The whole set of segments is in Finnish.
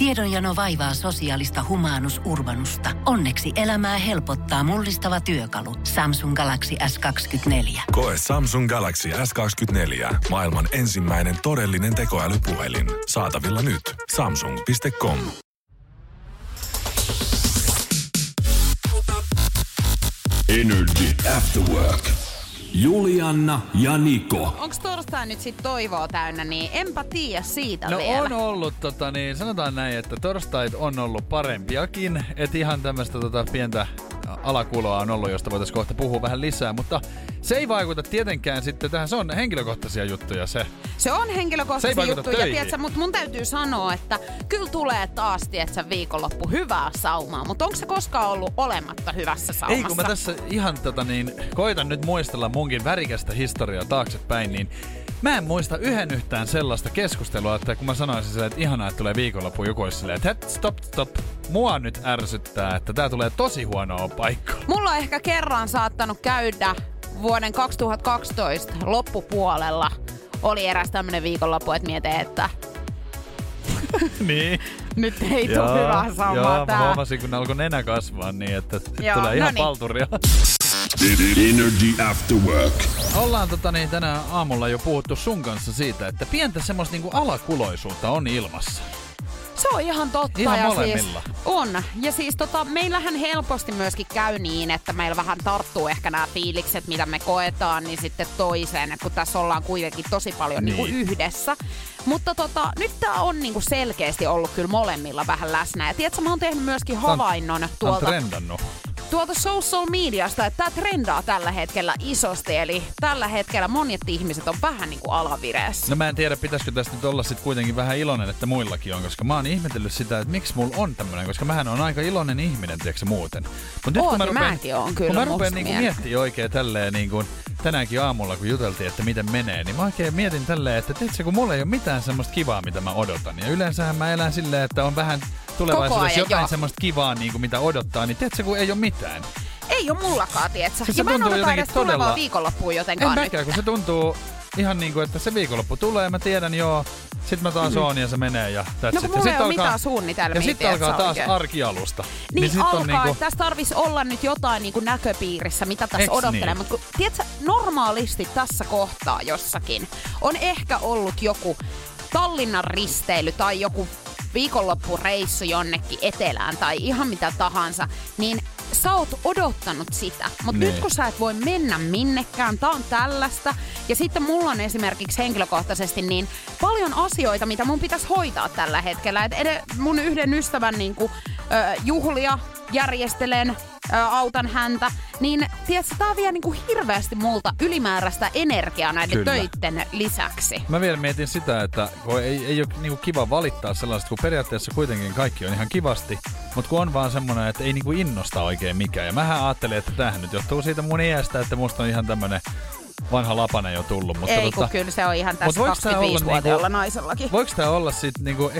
Tiedonjano vaivaa sosiaalista humanus urbanusta. Onneksi elämää helpottaa mullistava työkalu. Samsung Galaxy S24. Koe Samsung Galaxy S24. Maailman ensimmäinen todellinen tekoälypuhelin. Saatavilla nyt. Samsung.com. Energy After Work. Julianna ja Niko. Onks torstai nyt sit toivoa täynnä, niin enpä tiedä siitä vielä. No on ollut, sanotaan näin, että torstait on ollut parempiakin. Et ihan tämmöstä pientä alakuloa on ollut, josta voitaisiin kohta puhua vähän lisää, mutta se ei vaikuta tietenkään sitten tähän. Se on henkilökohtaisia juttuja se. Se on henkilökohtaisia juttuja, töihin. Mutta mun täytyy sanoa, että kyllä tulee taas, tietsä, viikonloppu hyvää saumaa. Mutta onko se koskaan ollut olematta hyvässä saumassa? Ei, kun mä tässä ihan koitan nyt muistella munkin värikästä historiaa taaksepäin, niin mä en muista yhtään sellaista keskustelua, että kun mä sanoisin silleen, että ihanaa, että tulee viikonloppu, joku olisi silleen, että stop. Mua nyt ärsyttää, että tää tulee tosi huonoa paikkaa. Mulla on ehkä kerran saattanut käydä vuoden 2012 loppupuolella. Oli eräs tämmönen viikonloppu, että mietin, että niin. Nyt ei tule hyvää saumaa joo, tää. Mä huomasin, kun alkoi nenä kasvaa niin, että tulee ihan palturia. Energy After Work. Ollaan tänään aamulla jo puhuttu sun kanssa siitä, että pientä semmoista alakuloisuutta on ilmassa. Se on ihan totta. Ihan ja molemmilla. Siis on. Ja siis meillähän helposti myöskin käy niin, että meillä vähän tarttuu ehkä nämä fiilikset, mitä me koetaan, niin sitten toiseen, kun tässä ollaan kuitenkin tosi paljon niin kuin yhdessä. Mutta nyt tää on niinku selkeästi ollut kyllä molemmilla vähän läsnä. Ja tiedätkö, mä oon tehnyt myöskin havainnon tuolta social mediasta, että tää trendaa tällä hetkellä isosti. Eli tällä hetkellä monet ihmiset on vähän niinku alavireessä. No mä en tiedä, pitäisikö tästä nyt olla sit kuitenkin vähän iloinen, että muillakin on, koska mä oon ihmetellyt sitä, että miksi mulla on tämmönen, koska mähän on aika iloinen ihminen, tiedätkö muuten. Mut nyt mäkin oon kyllä. Kun mä rupean niinku miettimään oikein tälleen niinku tänäänkin aamulla, kun juteltiin, että miten menee, niin mä oikein mietin tälleen, että tiedätkö, kun mulla ei ole mitään semmoista kivaa, mitä mä odotan. Ja yleensähän mä elän silleen, että on vähän tulevaisuudessa jotain semmoista kivaa, niin kuin mitä odottaa, niin tiedätkö, kun ei ole mitään. Ei ole mullakaan, tiedätkö? Siis ja mä en odota edes tulevaa viikonloppuun jotenkaan nyt. Kun se tuntuu ihan niin kuin, että se viikonloppu tulee, mä tiedän sit mä taas oon ja se menee ja that's no kun mulla ei ole mitään suunnitelmia. Ja sitten alkaa taas arkialusta. Niin sit alkaa, että tässä tarvitsisi olla nyt jotain niin kuin näköpiirissä, mitä tässä odottelee. Niin? Mutta tiedätkö, normaalisti tässä kohtaa jossakin on ehkä ollut joku Tallinnan risteily tai joku viikonloppureissu jonnekin etelään tai ihan mitä tahansa, niin sä oot odottanut sitä. Mutta nyt kun sä et voi mennä minnekään, tää on tällaista. Ja sitten mulla on esimerkiksi henkilökohtaisesti niin paljon asioita, mitä mun pitäisi hoitaa tällä hetkellä. Et mun yhden ystävän juhlia järjestelen, autan häntä, niin tiedätkö, tää vie hirveästi multa ylimääräistä energiaa näiden töitten lisäksi. Mä vielä mietin sitä, että ei ole kiva valittaa sellaista, kun periaatteessa kuitenkin kaikki on ihan kivasti, mutta kun on vaan semmoinen, että ei innosta oikein mikään. Ja mähän ajattelin, että tämähän nyt johtuu siitä mun iästä, että musta on ihan tämmönen vanha lapanen jo tullut. Mutta ei, kun kyllä se on ihan tässä 25-vuotiaalla naisellakin. Voiko tää olla sit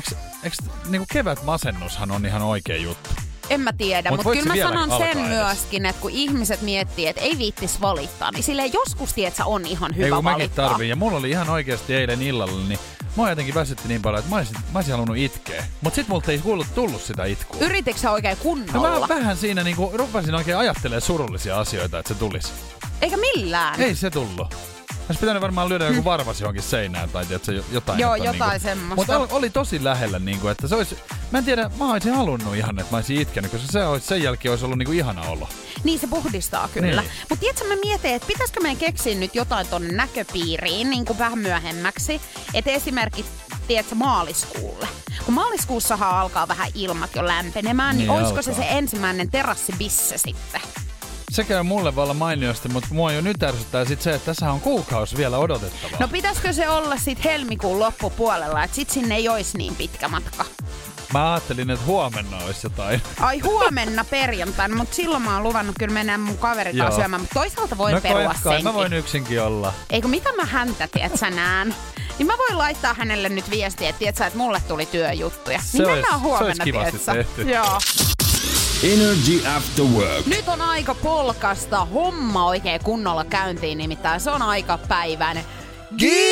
kevät masennushan on ihan oikea juttu? En mä tiedä, mutta kyllä mä sanon sen myöskin, että kun ihmiset miettii, että ei viittis valittaa, niin silleen joskus, tietsä, on ihan hyvä valittaa. Mäkin tarviin. Ja mulla oli ihan oikeasti eilen illalla, niin mua jotenkin väsytti niin paljon, että mä olisin halunnut itkeä. Mutta sit multa ei tullut sitä itkua. Yrititkö sä oikein kunnolla? No mä vähän siinä rupesin oikein ajattelemaan surullisia asioita, että se tulisi. Eikä millään. Ei se tullut. Olisi pitänyt varmaan lyödä joku varvas johonkin seinään tai tiedätkö, jotain. Joo, jotain semmoista. Mutta oli tosi lähellä, että se olisi, mä en tiedä, mä olisin halunnut ihan, että mä olisin itkenyt, koska sen jälkeen olisi ollut ihana olo. Niin, se puhdistaa kyllä. Niin. Mutta tiedätkö, mä mietin, että pitäisikö meidän keksiä nyt jotain tonne näköpiiriin vähän myöhemmäksi. Että esimerkiksi, tiedätkö, maaliskuulle. Kun maaliskuussahan alkaa vähän ilmat jo lämpenemään, niin olisiko se ensimmäinen terassibisse sitten? Se käy mulle vallan mainiosti, mutta mua jo nyt ärsyttää sit se, että tässä on kuukausi vielä odotettavaa. No pitäisikö se olla sit helmikuun loppupuolella, että sit sinne ei ois niin pitkä matka? Mä ajattelin, että huomenna olisi jotain. Ai huomenna perjantaina, mutta silloin mä oon luvannut kyllä mennä mun kaverit syömään, mutta toisaalta voin perua senkin. Mä voin yksinkin olla. Eikö mitä mä häntä, tietsä, näen? Niin mä voin laittaa hänelle nyt viestiä, että tietsä, että mulle tuli työjuttuja. Niin mennään huomenna, tietsä. Joo. Energy After Work. Nyt on aika polkasta homma oikein kunnolla käyntiin, nimittäin se on aikapäivän Gizmo!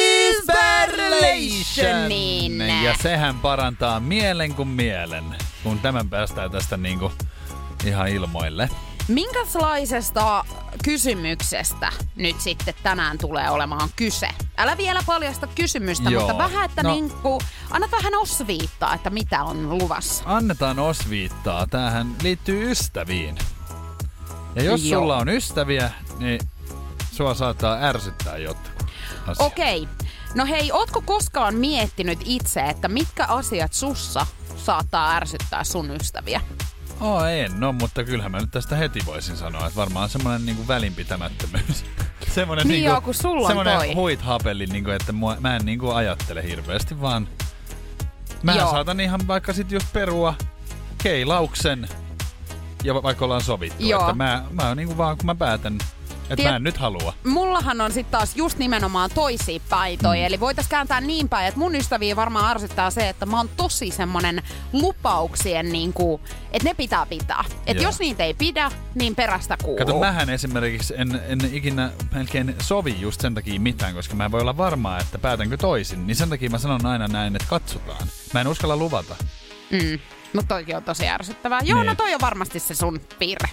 Superlationin. Ja sehän parantaa mielen kuin mielen, kun tämän päästään tästä niinku ihan ilmoille. Minkälaisesta kysymyksestä nyt sitten tänään tulee olemaan kyse? Älä vielä paljasta kysymystä, mutta vähän, että anna vähän osviittaa, että mitä on luvassa. Annetaan osviittaa. Tämähän liittyy ystäviin. Ja jos sulla on ystäviä, niin sua saattaa ärsyttää jotkut asiat. Okei. No hei, ootko koskaan miettinyt itse, että mitkä asiat sussa saattaa ärsyttää sun ystäviä? En, mutta kyllähän mä nyt tästä heti voisin sanoa, että varmaan semmoinen niinku välinpitämättömyys. Semmoinen niin joo, kun sulla on toi. Huithapeli, niinku, että mä en niinku ajattele hirveästi, vaan mä saatan ihan vaikka sit just perua keilauksen ja vaikka ollaan sovittu. Joo. Että mä niinku vaan kun mä päätän, että mä en nyt halua. Mullahan on sit taas just nimenomaan toisiinpäin toi. Eli voitais kääntää niin päin, että mun ystäviä varmaan ärsyttää se, että mä oon tosi semmonen lupauksien niinku, että ne pitää pitää. Että jos niitä ei pidä, niin perästä kuuluu. Kato, mähän esimerkiksi en ikinä melkein sovi just sen takia mitään, koska mä en voi olla varmaa, että päätänkö toisin. Niin sen takia mä sanon aina näin, että katsotaan. Mä en uskalla luvata. Mutta toikin on tosi ärsyttävää. Joo, no toi on varmasti se sun piirre.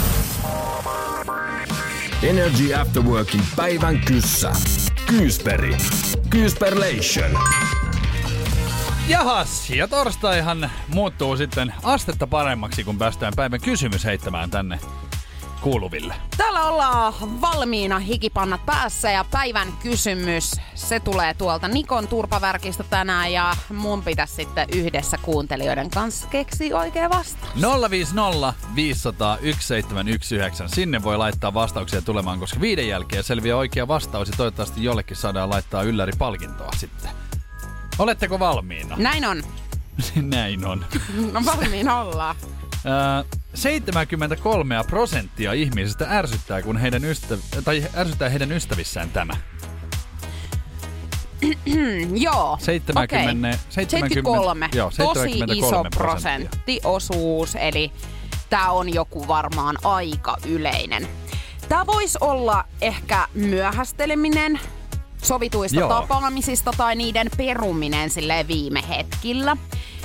Energy After Workin päivän kyssä. Kyysperi. Kyysperlation. Jahas, ja torstaihan muuttuu sitten astetta paremmaksi, kun päästään päivän kysymys heittämään tänne kuuluville. Täällä ollaan valmiina, hikipannat päässä, ja päivän kysymys, se tulee tuolta Nikon turpavärkistä tänään, ja mun pitäisi sitten yhdessä kuuntelijoiden kanssa keksiä oikea vastaus. 050 500 1719. Sinne voi laittaa vastauksia tulemaan, koska 5 jälkeen selviää oikea vastaus, ja toivottavasti jollekin saadaan laittaa ylläripalkintoa sitten. Oletteko valmiina? Näin on. Näin on. No valmiina ollaan. 73% ihmisistä ärsyttää, kun ärsyttää heidän ystävissään tämä. Joo, 73. Joo, 73%. Tosi iso prosenttiosuus, eli tää on joku varmaan aika yleinen. Tää voisi olla ehkä myöhästeleminen sovituista tapaamisista tai niiden peruminen silleen viime hetkillä.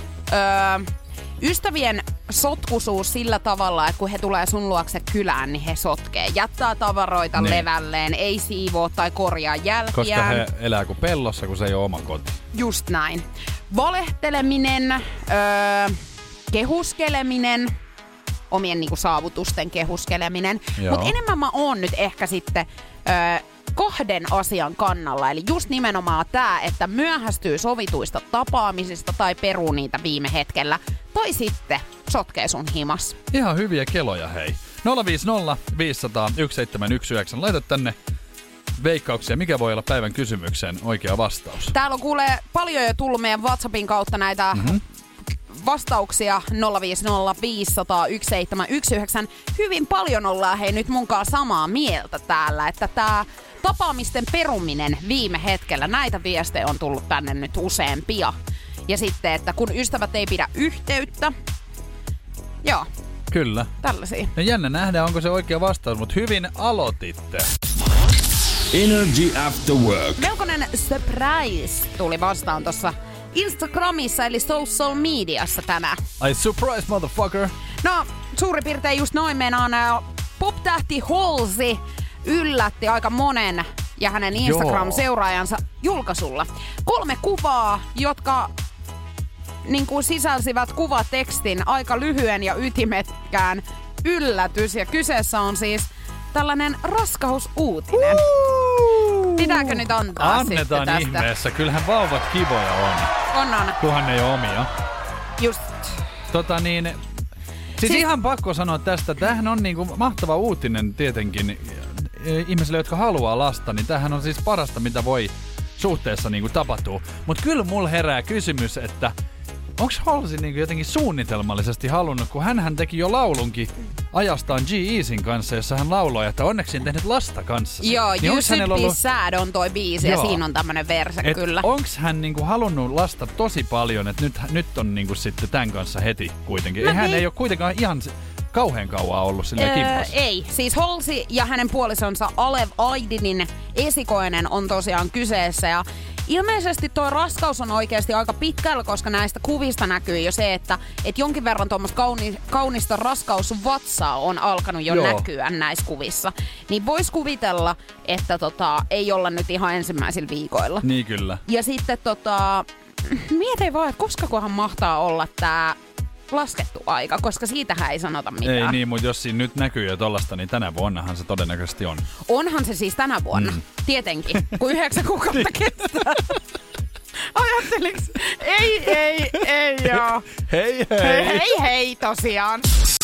Ystävien sotkusuus sillä tavalla, että kun he tulee sun luokse kylään, niin he sotkee. Jättää tavaroita levälleen, ei siivoo tai korjaa jälkiään. Koska he elää kuin pellossa, kun se ei ole oma koti. Just näin. Valehteleminen, kehuskeleminen, omien niinku saavutusten kehuskeleminen. Mutta enemmän mä oon nyt ehkä sitten kahden asian kannalla. Eli just nimenomaan tää, että myöhästyy sovituista tapaamisista tai peruu niitä viime hetkellä. Tai sitten sotkee sun himas. Ihan hyviä keloja, hei. 050 500 1719. Laita tänne veikkauksia. Mikä voi olla päivän kysymykseen oikea vastaus? Täällä on kuulee paljon jo tullut meidän WhatsAppin kautta näitä vastauksia 050 500 1719. Hyvin paljon ollaan hei nyt munkaan samaa mieltä täällä, että tää tapaamisten peruminen viime hetkellä, näitä viestejä on tullut tänne nyt useampia. Ja sitten, että kun ystävät ei pidä yhteyttä. Joo. Kyllä. Tällaisia. No jännä nähdä, onko se oikea vastaus, mutta hyvin aloititte. Energy After Work. Melkoinen surprise tuli vastaan tuossa Instagramissa, eli social mediassa tänään. Ai surprise, motherfucker. No, suurin piirtein just noin meinaan. Pop-tähti Halsey yllätti aika monen ja hänen Instagram-seuraajansa julkaisulla. 3 kuvaa, jotka sisälsivät kuvatekstin aika lyhyen ja ytimekkään yllätys. Ja kyseessä on siis tällainen raskausuutinen. Pitääkö nyt antaa Annetaan sitten tästä? Ihmeessä. Kyllähän vauvat kivoja on. On. Kunhan ne ei ole omia. Just. Siis ihan pakko sanoa tästä. Tämähän on niinku mahtava uutinen tietenkin ihmisille, jotka haluaa lasta. Niin tämähän on siis parasta, mitä voi suhteessa niinku tapahtua. Mutta kyllä mulla herää kysymys, että onko Halsey niinku jotenkin suunnitelmallisesti halunnut, kun hänhän teki jo laulunkin ajastaan G-Eazyn kanssa, jossa hän lauloi, että onneksi en tehnyt lasta kanssa. Joo, niin You Should Be Sad on toi biisi ja siinä on tämmönen verse kyllä. Onks hän niinku halunnut lasta tosi paljon, että nyt on niinku sitten tämän kanssa heti kuitenkin. Hän ei ole kuitenkaan ihan kauhean kauan ollut silleen kimppas. Ei, siis Halsey ja hänen puolisonsa Alev Aydinin esikoinen on tosiaan kyseessä ja ilmeisesti tuo raskaus on oikeasti aika pitkällä, koska näistä kuvista näkyy jo se, että jonkin verran tuommoista kaunista raskausvatsaa on alkanut jo näkyä näissä kuvissa. Niin vois kuvitella, että ei olla nyt ihan ensimmäisillä viikoilla. Niin kyllä. Ja sitten mietin vaan, että koskakohan mahtaa olla tää laskettu aika, koska siitähän ei sanota mitään. Ei niin, mutta jos siinä nyt näkyy jo tollasta, niin tänä vuonnahan se todennäköisesti on. Onhan se siis tänä vuonna, tietenkin, kun 9 kuukautta kestää. Ajatteliks? Ei joo. Hei tosiaan.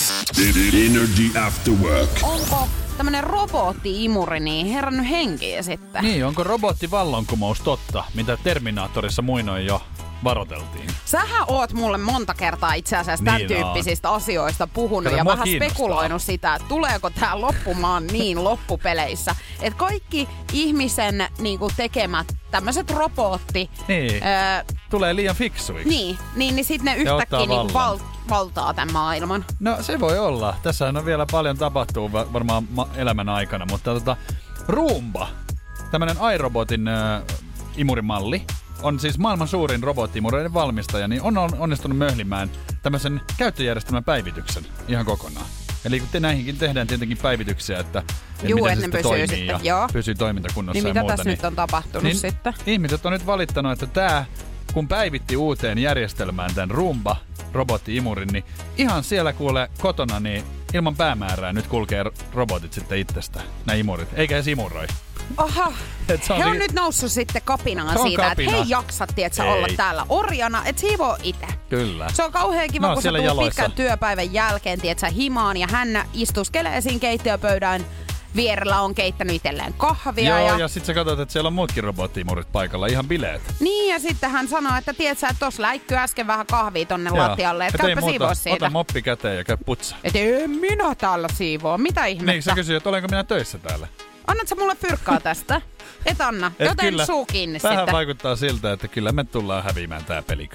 Energy After Work. Onko tämmönen robotti-imuri niin herännyt henkiä sitten? Niin, onko robottivallankumous totta, mitä Terminaattorissa muinoin jo varoteltiin? Sähän oot mulle monta kertaa itse asiassa tämän tyyppisistä asioista puhunut ja vähän spekuloinut sitä, että tuleeko tää loppumaan niin loppupeleissä. Että kaikki ihmisen niinku tekemät tämmöiset robotti... tulee liian fiksuiksi. Niin sit ne yhtäkkiä niinku valtaa tämän maailman. No se voi olla. Tässähän on vielä paljon tapahtuu varmaan elämän aikana, mutta Roomba, tämmönen iRobotin imurimalli, on siis maailman suurin robottiimureiden valmistaja, niin on onnistunut möhlimään tämmöisen käyttöjärjestelmän päivityksen ihan kokonaan. Eli kun näihinkin tehdään tietenkin päivityksiä, että miten se sitten toimii ja pysyy toimintakunnossa niin ja mitä muuta. Tässä nyt on tapahtunut niin sitten? Ihmiset on nyt valittanut, että tää, kun päivitti uuteen järjestelmään tämän Roomba-robotti-imurin, niin ihan siellä kuule kotona, niin ilman päämäärää nyt kulkee robotit sitten itsestä, nämä imurit, eikä edes imuroi. Aha, he on nyt noussut sitten kapinaan siitä, että hei jaksat, tietsä, olla täällä orjana, et siivoo itse. Kyllä. Se on kauhean kiva, kun sä tulet pitkän työpäivän jälkeen, tietsä, himaan ja hän istuskelee siinä keittiöpöydän vierellä, on keittänyt itselleen kahvia. Joo, ja sit sä katsot, että siellä on muutkin robottiimurit paikalla, ihan bileet. Niin, ja sitten hän sanoo, että tietsä, että tossa läikky äsken vähän kahvia tonne lattialle, että käypä siivoo siitä. Ota moppi käteen ja käy putsaa. Et en minä täällä siivoo, mitä ihmettä? Niin, sä kysyy, että olenko minä töissä täällä? Annat sä mulle fyrkkaa tästä? Et anna, joten suu kiinni sitten. Vähän vaikuttaa siltä, että kyllä me tullaan häviämään tää peli.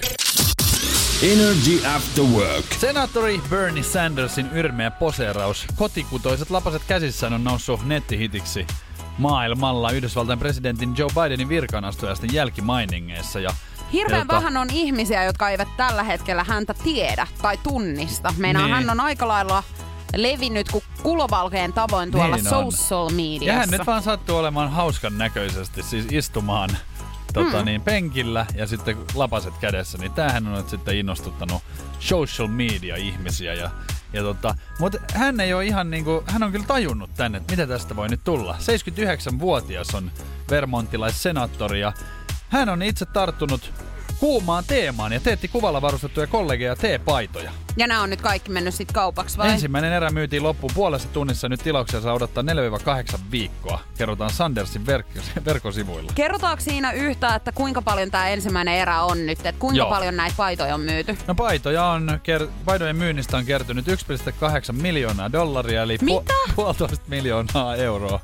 Energy After Work. Senaattori Bernie Sandersin yrmeä poseeraus kotikutoiset lapaset käsissään on noussut nettihitiksi maailmalla Yhdysvaltain presidentin Joe Bidenin virkaanastujaisten jälkimainingeissa. Ja hirveän vähän on ihmisiä, jotka eivät tällä hetkellä häntä tiedä tai tunnista. Meinaan hän on aika lailla levinnyt kuin kulovalkeen tavoin tuolla niin social mediassa. Ja hän nyt vaan sattuu olemaan hauskan näköisesti, siis istumaan penkillä ja sitten lapaset kädessä. Niin tämähän on nyt sitten innostuttanut social media-ihmisiä. Mutta hän ei ole ihan niinku, hän on kyllä tajunnut tänne, että mitä tästä voi nyt tulla. 79-vuotias on vermontilaissenaattori ja hän on itse tarttunut kuumaan teemaan ja teetti kuvalla varustettuja kollegeja teepaitoja. Ja nämä on nyt kaikki mennyt sit kaupaksi vai? Ensimmäinen erä myytiin loppuun puolessa tunnissa. Nyt tilauksia saa odottaa 4-8 viikkoa. Kerrotaan Sandersin verkkosivuilla. Kerrotaanko siinä yhtään, että kuinka paljon tämä ensimmäinen erä on nyt? Että kuinka paljon näitä paitoja on myyty? No paitojen myynnistä on kertynyt $1.8 miljoonaa, eli $1,5 miljoonaa euroa.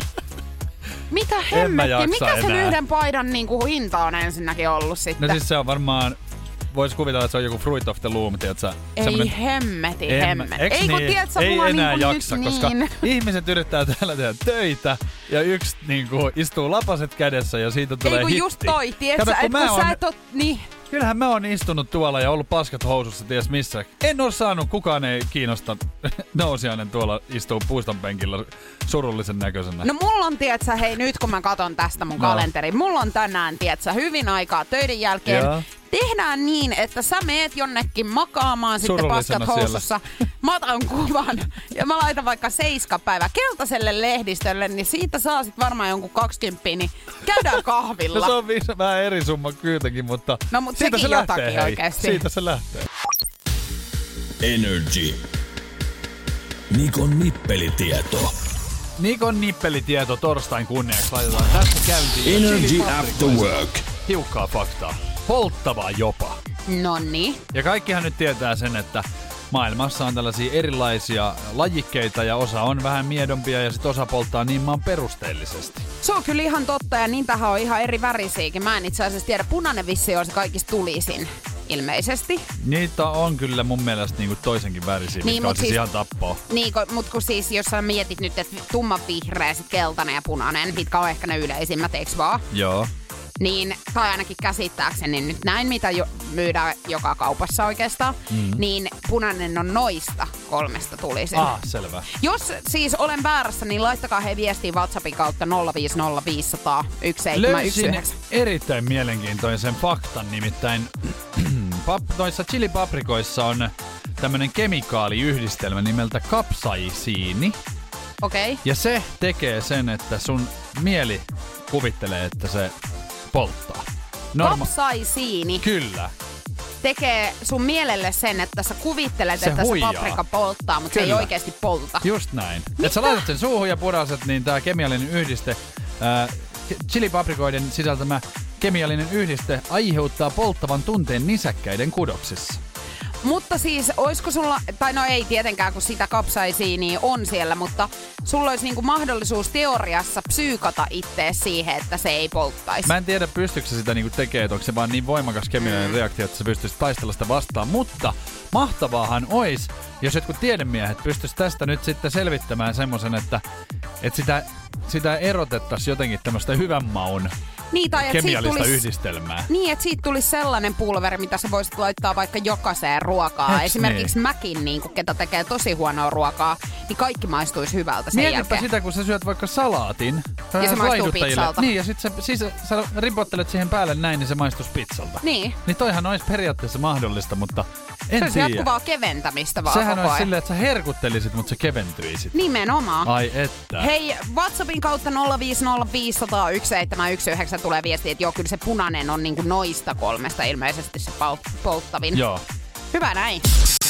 Mitä hemmettiä? Mikä sen yhden paidan niinku hinta on ensinnäkin ollut sitten? No siis se on varmaan, vois kuvitella, että se on joku Fruit of the Loom, tiiätsä? Ei hemmeti. Ei kun tiiätsä, ei mulla enää niinku jaksa, nyt koska niin. ihmiset yrittää täällä tehdä töitä ja yksi niinku istuu lapaset kädessä ja siitä tulee hitti. Ei kun just toi, tiiätsä, että kun sä et oo niin. Kyllähän mä oon istunut tuolla ja ollut paskat housussa ties missä. En oo saanut, kukaan ei kiinnosta nousiainen tuolla istuu puiston penkillä surullisen näköisenä. No mulla on, tietsä, hei nyt kun mä katon tästä mun kalenterin, mulla on tänään, tietsä, hyvin aikaa töiden jälkeen. Joo. Tehdään niin, että sä meet jonnekin makaamaan sitten paskat housussa. Mä otan kuvan ja mä laitan vaikka 7 päivää keltaiselle lehdistölle, niin siitä saa sit varmaan jonkun 20, niin käydään kahvilla. No se on vähän eri summa kuitenkin, mutta siitä se lähtee, oikeasti. Siitä se lähtee. Energy. Nikon nippelitieto. Nikon nippelitieto torstain kunniaksi laitetaan tästä käyntiin. Energy After Work. Hiukkaa faktaa. Polttavaa jopa. Nonni. Ja kaikkihan nyt tietää sen, että maailmassa on tällaisia erilaisia lajikkeita ja osa on vähän miedompia ja sit osa polttaa niin maan perusteellisesti. Se on kyllä ihan totta ja niitähän on ihan eri värisiäkin. Mä en itse asiassa tiedä. Punainen vissi on se kaikista tulisin ilmeisesti. Niitä on kyllä mun mielestä niinku toisenkin värisiä, mitkä on siis ihan tappaa. Niin, mutta kun siis jos sä mietit nyt, että tumman vihreä, sit keltainen ja punainen, mitkä on ehkä ne yleisimmät, eiks vaan? Joo. niin, tai ainakin käsittääkseni nyt näin, mitä myydään joka kaupassa oikeastaan, niin punainen on noista 3 tulisin. Selvä. Jos siis olen väärässä, niin laittakaa he viestiin WhatsAppin kautta 050501719. Löysin erittäin mielenkiintoisen faktan, nimittäin noissa chilipaprikoissa on tämmönen kemikaaliyhdistelmä nimeltä kapsaisiini. Okei. Ja se tekee sen, että sun mieli kuvittelee, että se polttaa. Kapsaisiini Kyllä. tekee sun mielelle sen, että sä kuvittelet, Se että huijaa. se paprika polttaa, mutta se ei oikeasti polta. Just näin. Et sä laitat sen suuhun ja puraset, niin tää kemiallinen yhdiste, chilipaprikoiden sisältämä kemiallinen yhdiste aiheuttaa polttavan tunteen nisäkkäiden kudoksissa. Mutta siis, oisko sulla, tai no ei tietenkään, kun sitä kapsaisiiniä on siellä, mutta sulla olisi niinku mahdollisuus teoriassa psyykata ittees siihen, että se ei polttaisi. Mä en tiedä, pystyykö se sitä niinku tekemään, että onko se vaan niin voimakas kemiallinen reaktio, että se pystyisi taistella sitä vastaan. Mutta mahtavaahan olisi, jos jotkut tiedemiehet pystyisi tästä nyt sitten selvittämään semmoisen, että sitä erotettaisiin jotenkin tämmöistä hyvän maun niin, tai kemiallista yhdistelmää. Niin, että siitä tulisi sellainen pulveri, mitä sä voisit laittaa vaikka jokaiseen ruokaan. Esimerkiksi Mäkin, niin ketä tekee tosi huonoa ruokaa, niin kaikki maistuisi hyvältä sen jälkeen. jälkeen. Sitä, kun sä syöt vaikka salaatin. Ja se maistuu pizzalta. Niin, ja sit sä ripottelet siihen päälle näin, niin se maistuisi pizzalta. Niin. Niin toihan olisi periaatteessa mahdollista, mutta en tiedä. Se olisi jatkuvaa keventämistä vaan sehän koko olisi ajan. silleen, että sä herkuttelisit, mutta sä keventyisit. Nimenomaan. Ai että. Hei, WhatsAppin kautta 050501719 tulee viesti, että joo, kyllä se punainen on niinku noista 3 ilmeisesti se polttavin. Joo. Hyvä näin.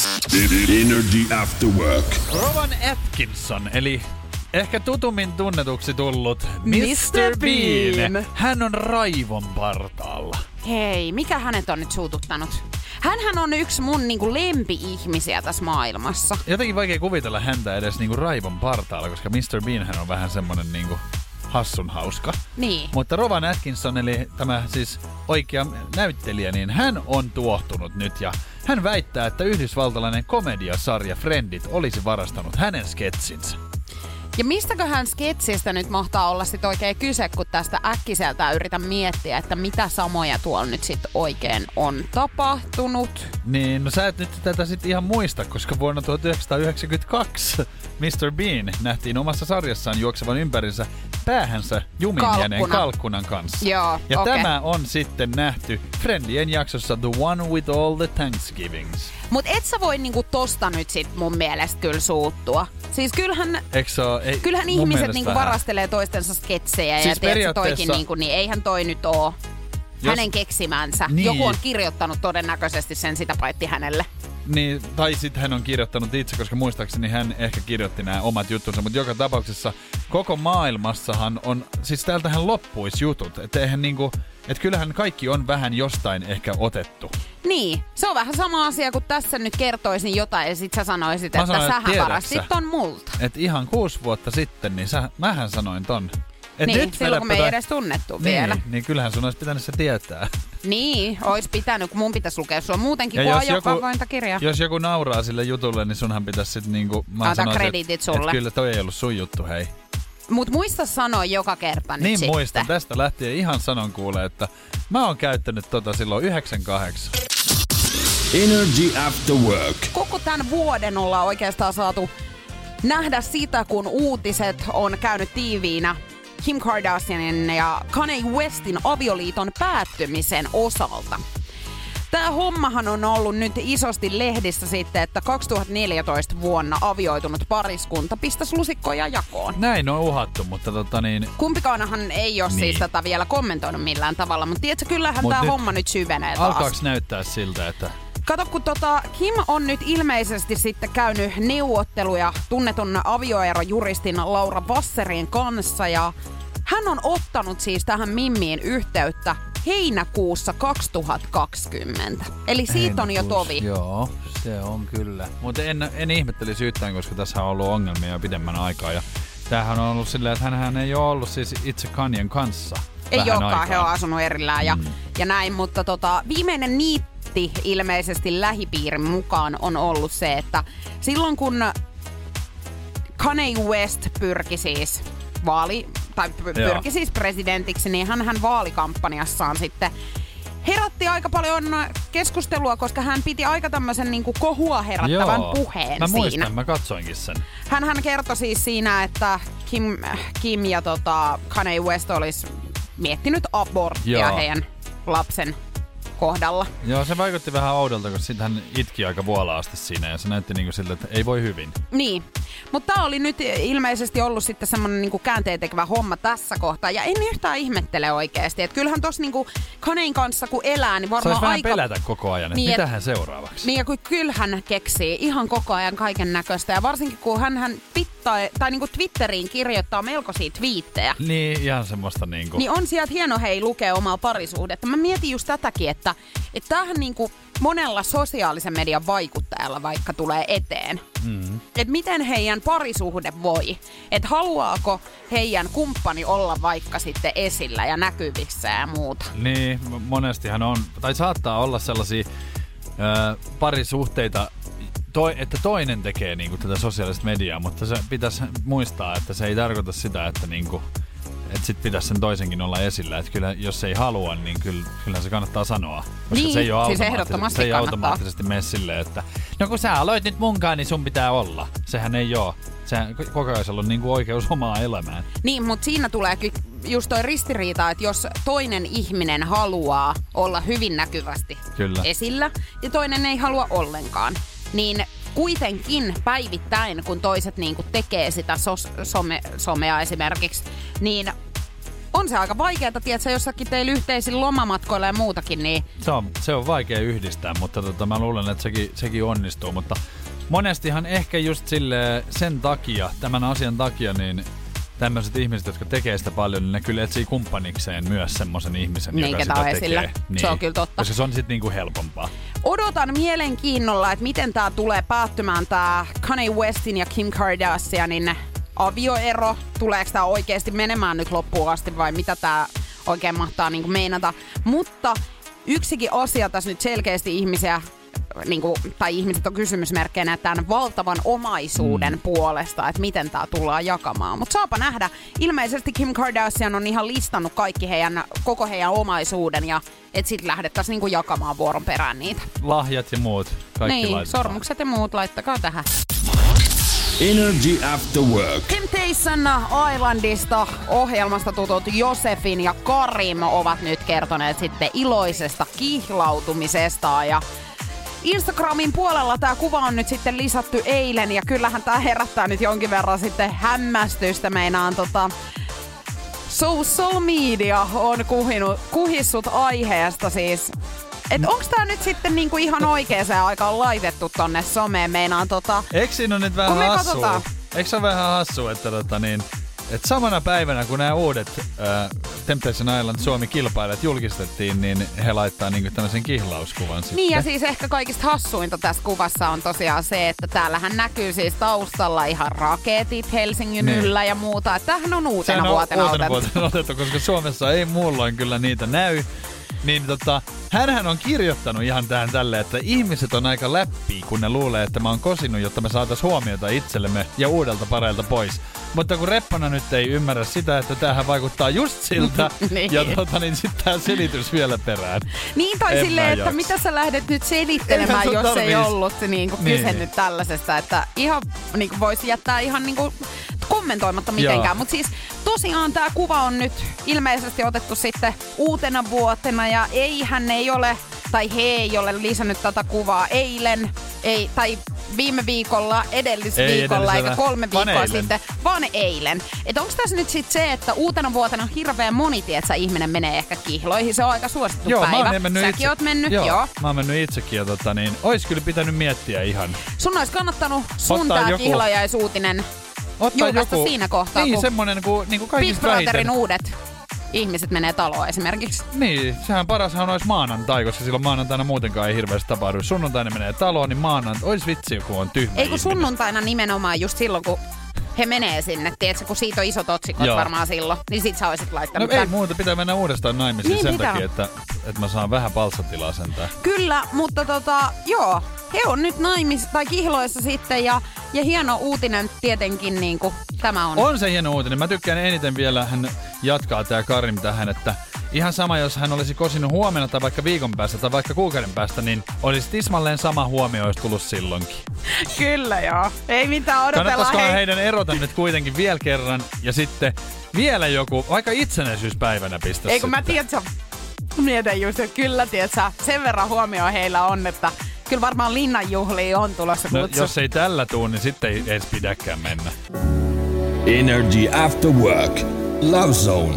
Energy After Work. Rowan Atkinson, eli ehkä tutummin tunnetuksi tullut Mr. Bean. Hän on raivon partaalla. Hei, mikä hänet on nyt suututtanut? Hänhän on yksi mun niinku lempi-ihmisiä tässä maailmassa. Jotenkin vaikea kuvitella häntä edes niinku raivon partaalla, koska Mr. Beanhän on vähän semmonen niinku hassun hauska. Niin. Mutta Rowan Atkinson, eli tämä siis oikea näyttelijä, niin hän on tuohtunut nyt ja hän väittää, että yhdysvaltalainen komediasarja Friendit olisi varastanut hänen sketsinsä. Ja mistäköhän sketsistä nyt mahtaa olla sit oikein kyse, kun tästä äkkiseltään yritän miettiä, että mitä samoja tuolla nyt sit oikein on tapahtunut. Niin, no sä et nyt tätä sit ihan muista, koska vuonna 1992 Mr. Bean nähtiin omassa sarjassaan juoksevan ympärinsä päähänsä juminjäneen kalkkunan kanssa. Joo, ja tämä on sitten nähty Friendien jaksossa The One with All the Thanksgivings. Mut et sä voi niinku tosta nyt sit mun mielestä kyllä suuttua. Siis kyllähän ihmiset niinku varastelee toistensa sketsejä siis ja tiedätkö toikin niinku, niin eihän toi nyt oo hänen keksimänsä. Niin. Joku on kirjoittanut todennäköisesti sen sitä paitsi hänelle. Niin, tai sitten hän on kirjoittanut itse, koska muistaakseni hän ehkä kirjoitti nämä omat juttunsa, mutta joka tapauksessa koko maailmassahan on, siis täältähän loppuisi jutut, että eihän niinku, että kyllähän kaikki on vähän jostain ehkä otettu. Niin, se on vähän sama asia, kun tässä nyt kertoisin jotain ja sit sä sanoisit, että sähän varastit ton multa. Et ihan 6 vuotta sitten, niin mähän sanoin ton. Et niin, nyt silloin kun me ei edes tunnettu vielä. Niin kyllähän sun olisi pitänyt se tietää. Niin, ois pitänyt, kun mun pitäisi lukea sua muutenkin kuin ajoavointa kirjaa. Jos joku nauraa sille jutulle, niin sunhan pitäisi sit niinku... Antaa krediitit sulle. Et kyllä toi ei ollut sun juttu, hei. Mut muista sanoa joka kerta nyt niin sitten. Muistan, tästä lähtien ihan sanon kuule, että mä oon käyttänyt silloin 98. Energy After Work. Koko tämän vuoden ollaan oikeastaan saatu nähdä sitä, kun uutiset on käynyt tiiviinä Kim Kardashianin ja Kanye Westin avioliiton päättymisen osalta. Tää hommahan on ollut nyt isosti lehdissä sitten, että 2014 vuonna avioitunut pariskunta pistäisi lusikkoja jakoon. Näin on uhattu, mutta Kumpikaanahan ei ole siis tätä vielä kommentoinut millään tavalla, mutta tiedätkö, kyllähän tää homma nyt syvenee taas. Alkaaks näyttää siltä, että... Kato, kun Kim on nyt ilmeisesti sitten käynyt neuvotteluja tunnetun avioerojuristin Laura Wasserin kanssa ja hän on ottanut siis tähän Mimmiin yhteyttä heinäkuussa 2020. Eli siitä on jo tovi. Joo, se on kyllä. Mutta en ihmettelisi yhtään, koska tässä on ollut ongelmia jo pidemmän aikaa. Ja tämähän on ollut silleen, että hänhän ei ole ollut siis itse Kanyen kanssa. Ei olekaan, he on asunut erillään ja näin. Mutta viimeinen niitti ilmeisesti lähipiirin mukaan on ollut se, että silloin kun Kanye West pyrki siis pyrki siis presidentiksi, niin hän vaalikampanjassaan sitten herätti aika paljon keskustelua, koska hän piti aika tämmöisen niinku kohua herättävän puheen mä muistan, siinä. Mä katsoinkin sen. Hän kertoi siis siinä, että Kim ja Kanye West olisi miettinyt aborttia heidän lapsen kohdalla. Joo, se vaikutti vähän oudolta, koska sitten hän itki aika vuolaasti siinä ja se näytti niinku siltä, että ei voi hyvin. Niin, mutta tää oli nyt ilmeisesti ollut sitten semmonen niinku käänteentekevä homma tässä kohtaa ja en yhtään ihmettele oikeesti. Että kyllähän tossa niinku Kanyen kanssa kun elää, niin varmaan sais vähän aika... pelätä koko ajan, että niin, mitähän seuraavaksi. Niin ja kyllähän keksii ihan koko ajan kaiken näköistä ja varsinkin kun hän niinku Twitteriin kirjoittaa melkoisia twiittejä. Niin, ihan semmoista niinku. Niin on sieltä hieno lukea omaa parisuhdetta. Mä mietin just tätäkin, että tämähän niinku monella sosiaalisen median vaikuttajalla vaikka tulee eteen. Että miten heidän parisuhde voi. Että haluaako heidän kumppani olla vaikka sitten esillä ja näkyvissä ja muuta. Niin, monestihan on, tai saattaa olla sellaisia parisuhteita, että toinen tekee niinku tätä sosiaalista mediaa, mutta se pitäisi muistaa, että se ei tarkoita sitä, että niinku, että sit pitäisi sen toisenkin olla esillä. Että kyllä, jos ei halua, niin kyllä se kannattaa sanoa. Koska niin, se ei ole siis ehdottomasti se ei automaattisesti mene silleen, että no kun sä aloit nyt munkaan, niin sun pitää olla. Sehän ei ole. Sehän koko ajan on niinku oikeus omaa elämään. Niin, mutta siinä tulee just toi ristiriita, että jos toinen ihminen haluaa olla hyvin näkyvästi esillä ja toinen ei halua ollenkaan, niin kuitenkin päivittäin, kun toiset niinku tekee sitä somea esimerkiksi, niin on se aika vaikeaa, tiedätkö, jossakin teillä yhteisillä lomamatkoilla ja muutakin. Niin... Se on vaikea yhdistää, mutta mä luulen, että sekin onnistuu. Mutta monestihan ehkä just sen takia, tämän asian takia, niin tämmöiset ihmiset, jotka tekee sitä paljon, niin ne kyllä etsii kumppanikseen myös semmoisen ihmisen, niin, joka sitä esillä. tekee. Niin. Se on kyllä totta. Koska se on sitten niinku helpompaa. Odotan mielenkiinnolla, että miten tää tulee päättymään tää Kanye Westin ja Kim Kardashianin avioero. Tuleeko tää oikeesti menemään nyt loppuun asti vai mitä tää oikein mahtaa niinku meinata. Mutta yksikin asia tässä nyt selkeästi ihmisiä tai ihmiset on kysymysmerkkeinä tämän valtavan omaisuuden puolesta, että miten tää tullaan jakamaan. Mutta saapa nähdä. Ilmeisesti Kim Kardashian on ihan listannut koko heidän omaisuuden ja että sit lähdettäisiin niinku jakamaan vuoron perään niitä. Lahjat ja muut. Kaikki niin, laitetaan. sormukset ja muut laittakaa tähän. Energy After Work. Temptation Islandista ohjelmasta tutut Josefin ja Karim ovat nyt kertoneet sitten iloisesta kihlautumisesta ja Instagramin puolella tämä kuva on nyt sitten lisätty eilen ja kyllähän tämä herättää nyt jonkin verran sitten hämmästystä. Meinaan social media on kuhissut aiheesta siis. Et onks tää nyt sitten niinku ihan oikeeseen aikaan laitettu tonne someen? Meinaan Eikö siinä on nyt vähän hassua? Eikö se ole vähän hassua, että samana päivänä kun nämä uudet Temptation Island Suomi-kilpailijat julkistettiin, niin he laittaa niinku tämmöisen kihlauskuvan sitten. Niin ja siis ehkä kaikista hassuinta tässä kuvassa on tosiaan se, että täällähän näkyy siis taustalla ihan raketit Helsingin yllä ja muuta. Että tämähän on uutena vuotena otettu, koska Suomessa ei muulloin kyllä niitä näy. Niin hänhän on kirjoittanut ihan tähän tälleen, että ihmiset on aika läppiä, kun ne luulee, että mä oon kosinut, jotta me saatais huomiota itsellemme ja uudelta pareilta pois. Mutta kun reppana nyt ei ymmärrä sitä, että tämähän vaikuttaa just siltä, niin. ja niin sitten tää selitys vielä perään. Niin tai silleen, että mitä sä lähdet nyt selittelemään, jos ei ollut niinku kysynyt tällaisesta, että ihan niinku voisi jättää ihan niinku kommentoimatta mitenkään. Mutta siis tosiaan tää kuva on nyt ilmeisesti otettu sitten uutena vuotena ja hän ei ole lisännyt tätä kuvaa eilen, tai viime viikolla, edellisviikolla, eikä 3 viikkoa sitten, vaan eilen. Että onko tässä nyt sitten se, että uutena vuotena hirveän moni, tietsä, ihminen menee ehkä kihloihin, se on aika suosittu päivä. Säkin oot mennyt, joo. Mä oon mennyt itsekin ja ois kyllä pitänyt miettiä ihan. Sun ois kannattanut tää kihlajaisuutinen julkaista siinä kohtaa, niin, kun semmonen niinku kaikista Big Brotherin uudet ihmiset menee taloon esimerkiksi. Niin, sehän parashan olisi maanantai, koska silloin maanantaina muutenkaan ei hirveästi tapahdu. Sunnuntaina menee taloon, niin maanantai olisi vitsi, joku on tyhmä Ei kun sunnuntaina nimenomaan just silloin, kun he menee sinne, tiedätkö, kun siitä on isot otsikot varmaan silloin, niin sit sä olisit laittanut No ei muuta, pitää mennä uudestaan naimisiin niin, sen takia, että mä saan vähän palstatilaa sentään. Kyllä, mutta joo, he on nyt kihloissa sitten ja hieno uutinen tietenkin niin kuin tämä on. On se hieno uutinen. Mä tykkään eniten vielä, hän jatkaa tää Karim tähän, että ihan sama, jos hän olisi kosinut huomenna tai vaikka viikon päästä tai vaikka kuukauden päästä, niin olisi tismalleen sama huomio, olisi tullut silloinkin. Kyllä joo. Ei mitään odotella. Kannattaisikohan heidän erota nyt kuitenkin vielä kerran ja sitten vielä joku, vaikka itsenäisyyspäivänä pistäisi. Ei kun mä mietin just, että kyllä tietsä, sen verran huomioon heillä on, että kyllä varmaan linnanjuhliin on tulossa kutsu. No, jos ei tällä tuu, niin sitten ei edes pidäkään mennä. Energy After Work. Love Zone.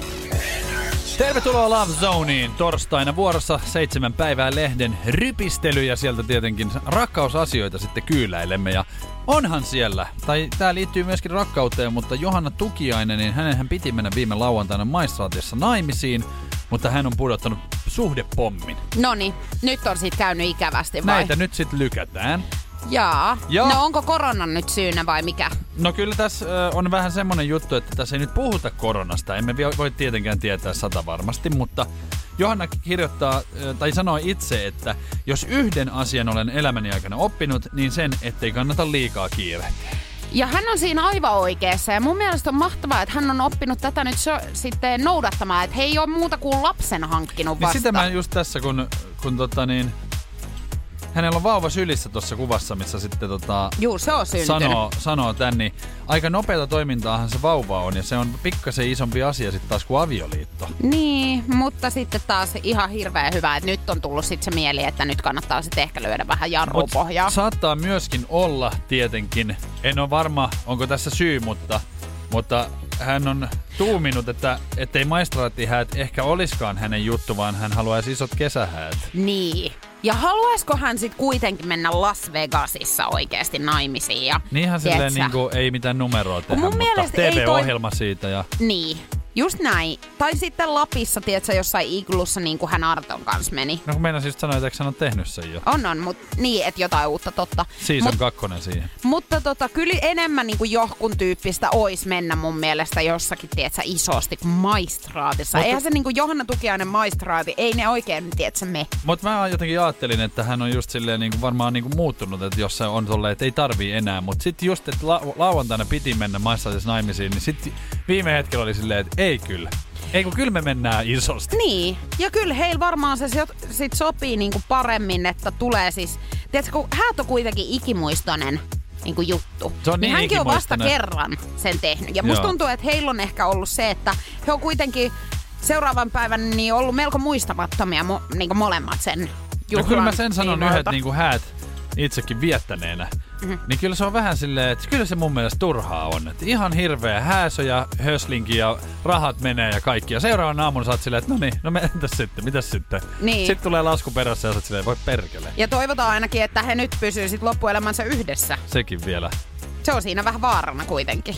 Tervetuloa Love Zoneen. Torstaina vuorossa 7 päivää lehden rypistely ja sieltä tietenkin rakkausasioita sitten kyyläilemme. Ja onhan siellä, tai tää liittyy myöskin rakkauteen, mutta Johanna Tukiainen, niin hänenhän piti mennä viime lauantaina maistraatissa naimisiin, mutta hän on pudottanut suhdepommin. Noniin, nyt on sit käynyt ikävästi vai? Näitä nyt sit lykätään. Jaa. No onko koronan nyt syynä vai mikä? No kyllä tässä on vähän semmonen juttu, että tässä ei nyt puhuta koronasta. Emme voi tietenkään tietää 100 varmasti, mutta Johanna kirjoittaa tai sanoo itse, että jos yhden asian olen elämäni aikana oppinut, niin sen, ettei kannata liikaa kiirehtiä. Ja hän on siinä aivan oikeassa ja mun mielestä on mahtavaa, että hän on oppinut tätä nyt sitten noudattamaan, että he ei ole muuta kuin lapsen hankkinut vasta. Niin sitä mä just tässä, kun hänellä on vauva sylissä tuossa kuvassa, missä sitten Juu, se on sanoo tän, niin aika nopeata toimintaahan se vauva on ja se on pikkasen isompi asia sitten taas kuin avioliitto. Niin, mutta sitten taas ihan hirveän hyvä, että nyt on tullut sitten se mieli, että nyt kannattaa sitten ehkä lyödä vähän jarrupohjaa. Saattaa myöskin olla tietenkin, en ole varma onko tässä syy, mutta hän on tuuminut, että ettei maistraattihäät ehkä olisikaan hänen juttu, vaan hän haluaisi isot kesähäät. Niin. Ja haluaisiko hän sitten kuitenkin mennä Las Vegasissa oikeasti naimisiin? Ja, niinhän silleen niinku, ei mitään numeroa tehdä, mutta TV-ohjelma siitä. Ja... Niin, just näin. Tai sitten Lapissa, tiedätkö, jossain iglussa niin kuin hän Arton kanssa meni. No kun meinasin just sanoa, että eikö hän ole tehnyt sen jo? On, mutta niin, että jotain uutta, totta. Season 2 siihen. Mutta kyllä enemmän niin kuin johkun tyyppistä ois mennä mun mielestä jossakin, tiedätkö, isosti kuin maistraatissa. Eihän se niin kuin Johanna Tukiainen maistraati, ei ne oikein, tiedätkö, me. Mutta mä jotenkin ajattelin, että hän on just silleen niin kuin varmaan niin kuin muuttunut, että jos se on tolleen, että ei tarvii enää. Mutta sitten just, että lauantaina piti mennä maistraatissa naimisiin, niin sitten viime hetkellä oli silleen, että ei kyllä. Ei kun kyllä me mennään isosti. Niin. Ja kyllä heillä varmaan se sit sopii niinku paremmin, että tulee siis... Tiedätkö, kun häät on kuitenkin ikimuistoinen niinku juttu. Se on niin hänkin on vasta kerran sen tehnyt. Ja musta tuntuu, että heillä on ehkä ollut se, että he on kuitenkin seuraavan päivän niin ollut melko muistamattomia niinku molemmat sen juhlan. No kyllä mä sen sanon yhdet niinku häät itsekin viettäneenä. Niin kyllä se on vähän silleen, että kyllä se mun mielestä turhaa on. Että ihan hirveä hääsö ja höslinki ja rahat menee ja kaikki. Ja seuraavan aamun sä oot silleen, että no niin, no entäs sitten, mitäs sitten? Niin. Sitten tulee lasku perässä ja sä oot silleen, voi perkele. Ja toivotaan ainakin, että he nyt pysyy sit loppuelämänsä yhdessä. Sekin vielä. Se on siinä vähän vaarana kuitenkin.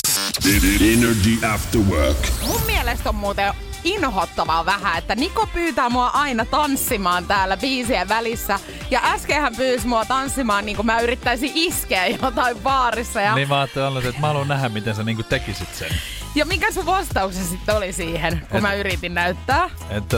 Energy After Work. Mun mielestä on muuten inhottavaa vähän, että Niko pyytää mua aina tanssimaan täällä biisien välissä. Ja äsken hän pyysi mua tanssimaan niin kuin mä yrittäisin iskeä jotain baarissa. Ja... Niin mä ajattelin, että mä haluan nähdä, miten sä niin tekisit sen. Ja mikä sun vastauksesi sitten oli siihen, kun mä yritin näyttää? Että